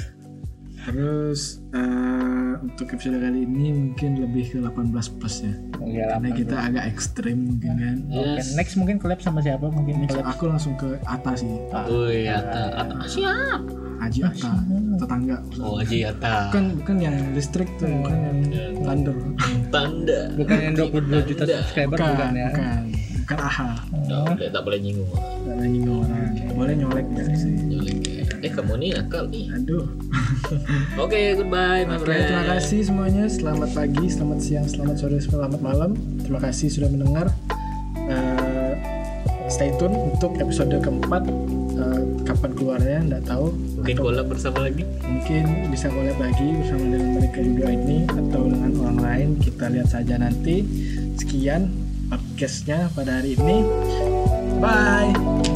Terus uh, untuk episode kali ini mungkin lebih ke delapan belas plus ya. Ya karena kita agak ekstrim mungkin kan. Yes. Okay. Next mungkin collab sama siapa? Mungkin Next aku langsung ke Ata sih. Oh iya, Ata. Ata siap. Haji Ata, tetangga. Oh Haji Ata. Bukan bukan yang listrik tuh, oh, bukan yang thunder. Tanda. Bukan yang dua puluh dua juta subscriber bukan, bukan ya. Bukan. Bukan A H A. Oh. Tak, tak boleh nyinggung. Tak boleh nyinggung orang. Boleh nyolek ya sih. Nyolek. Eh kamu nih nakal nih. Aduh. Oke, okay, goodbye. Oke, okay, terima kasih semuanya. Selamat pagi, selamat siang, selamat sore, selamat malam. Terima kasih sudah mendengar. Uh, stay tune untuk episode keempat. Uh, kapan keluarnya nggak tahu. Mungkin collab bersama lagi. Mungkin bisa collab lagi bersama dengan mereka juga ini atau dengan orang lain. Kita lihat saja nanti. Sekian podcastnya pada hari ini. Bye.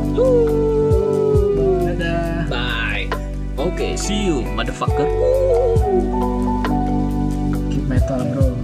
Dadah. Bye. Oke, okay, see you, motherfucker. Keep metal, bro.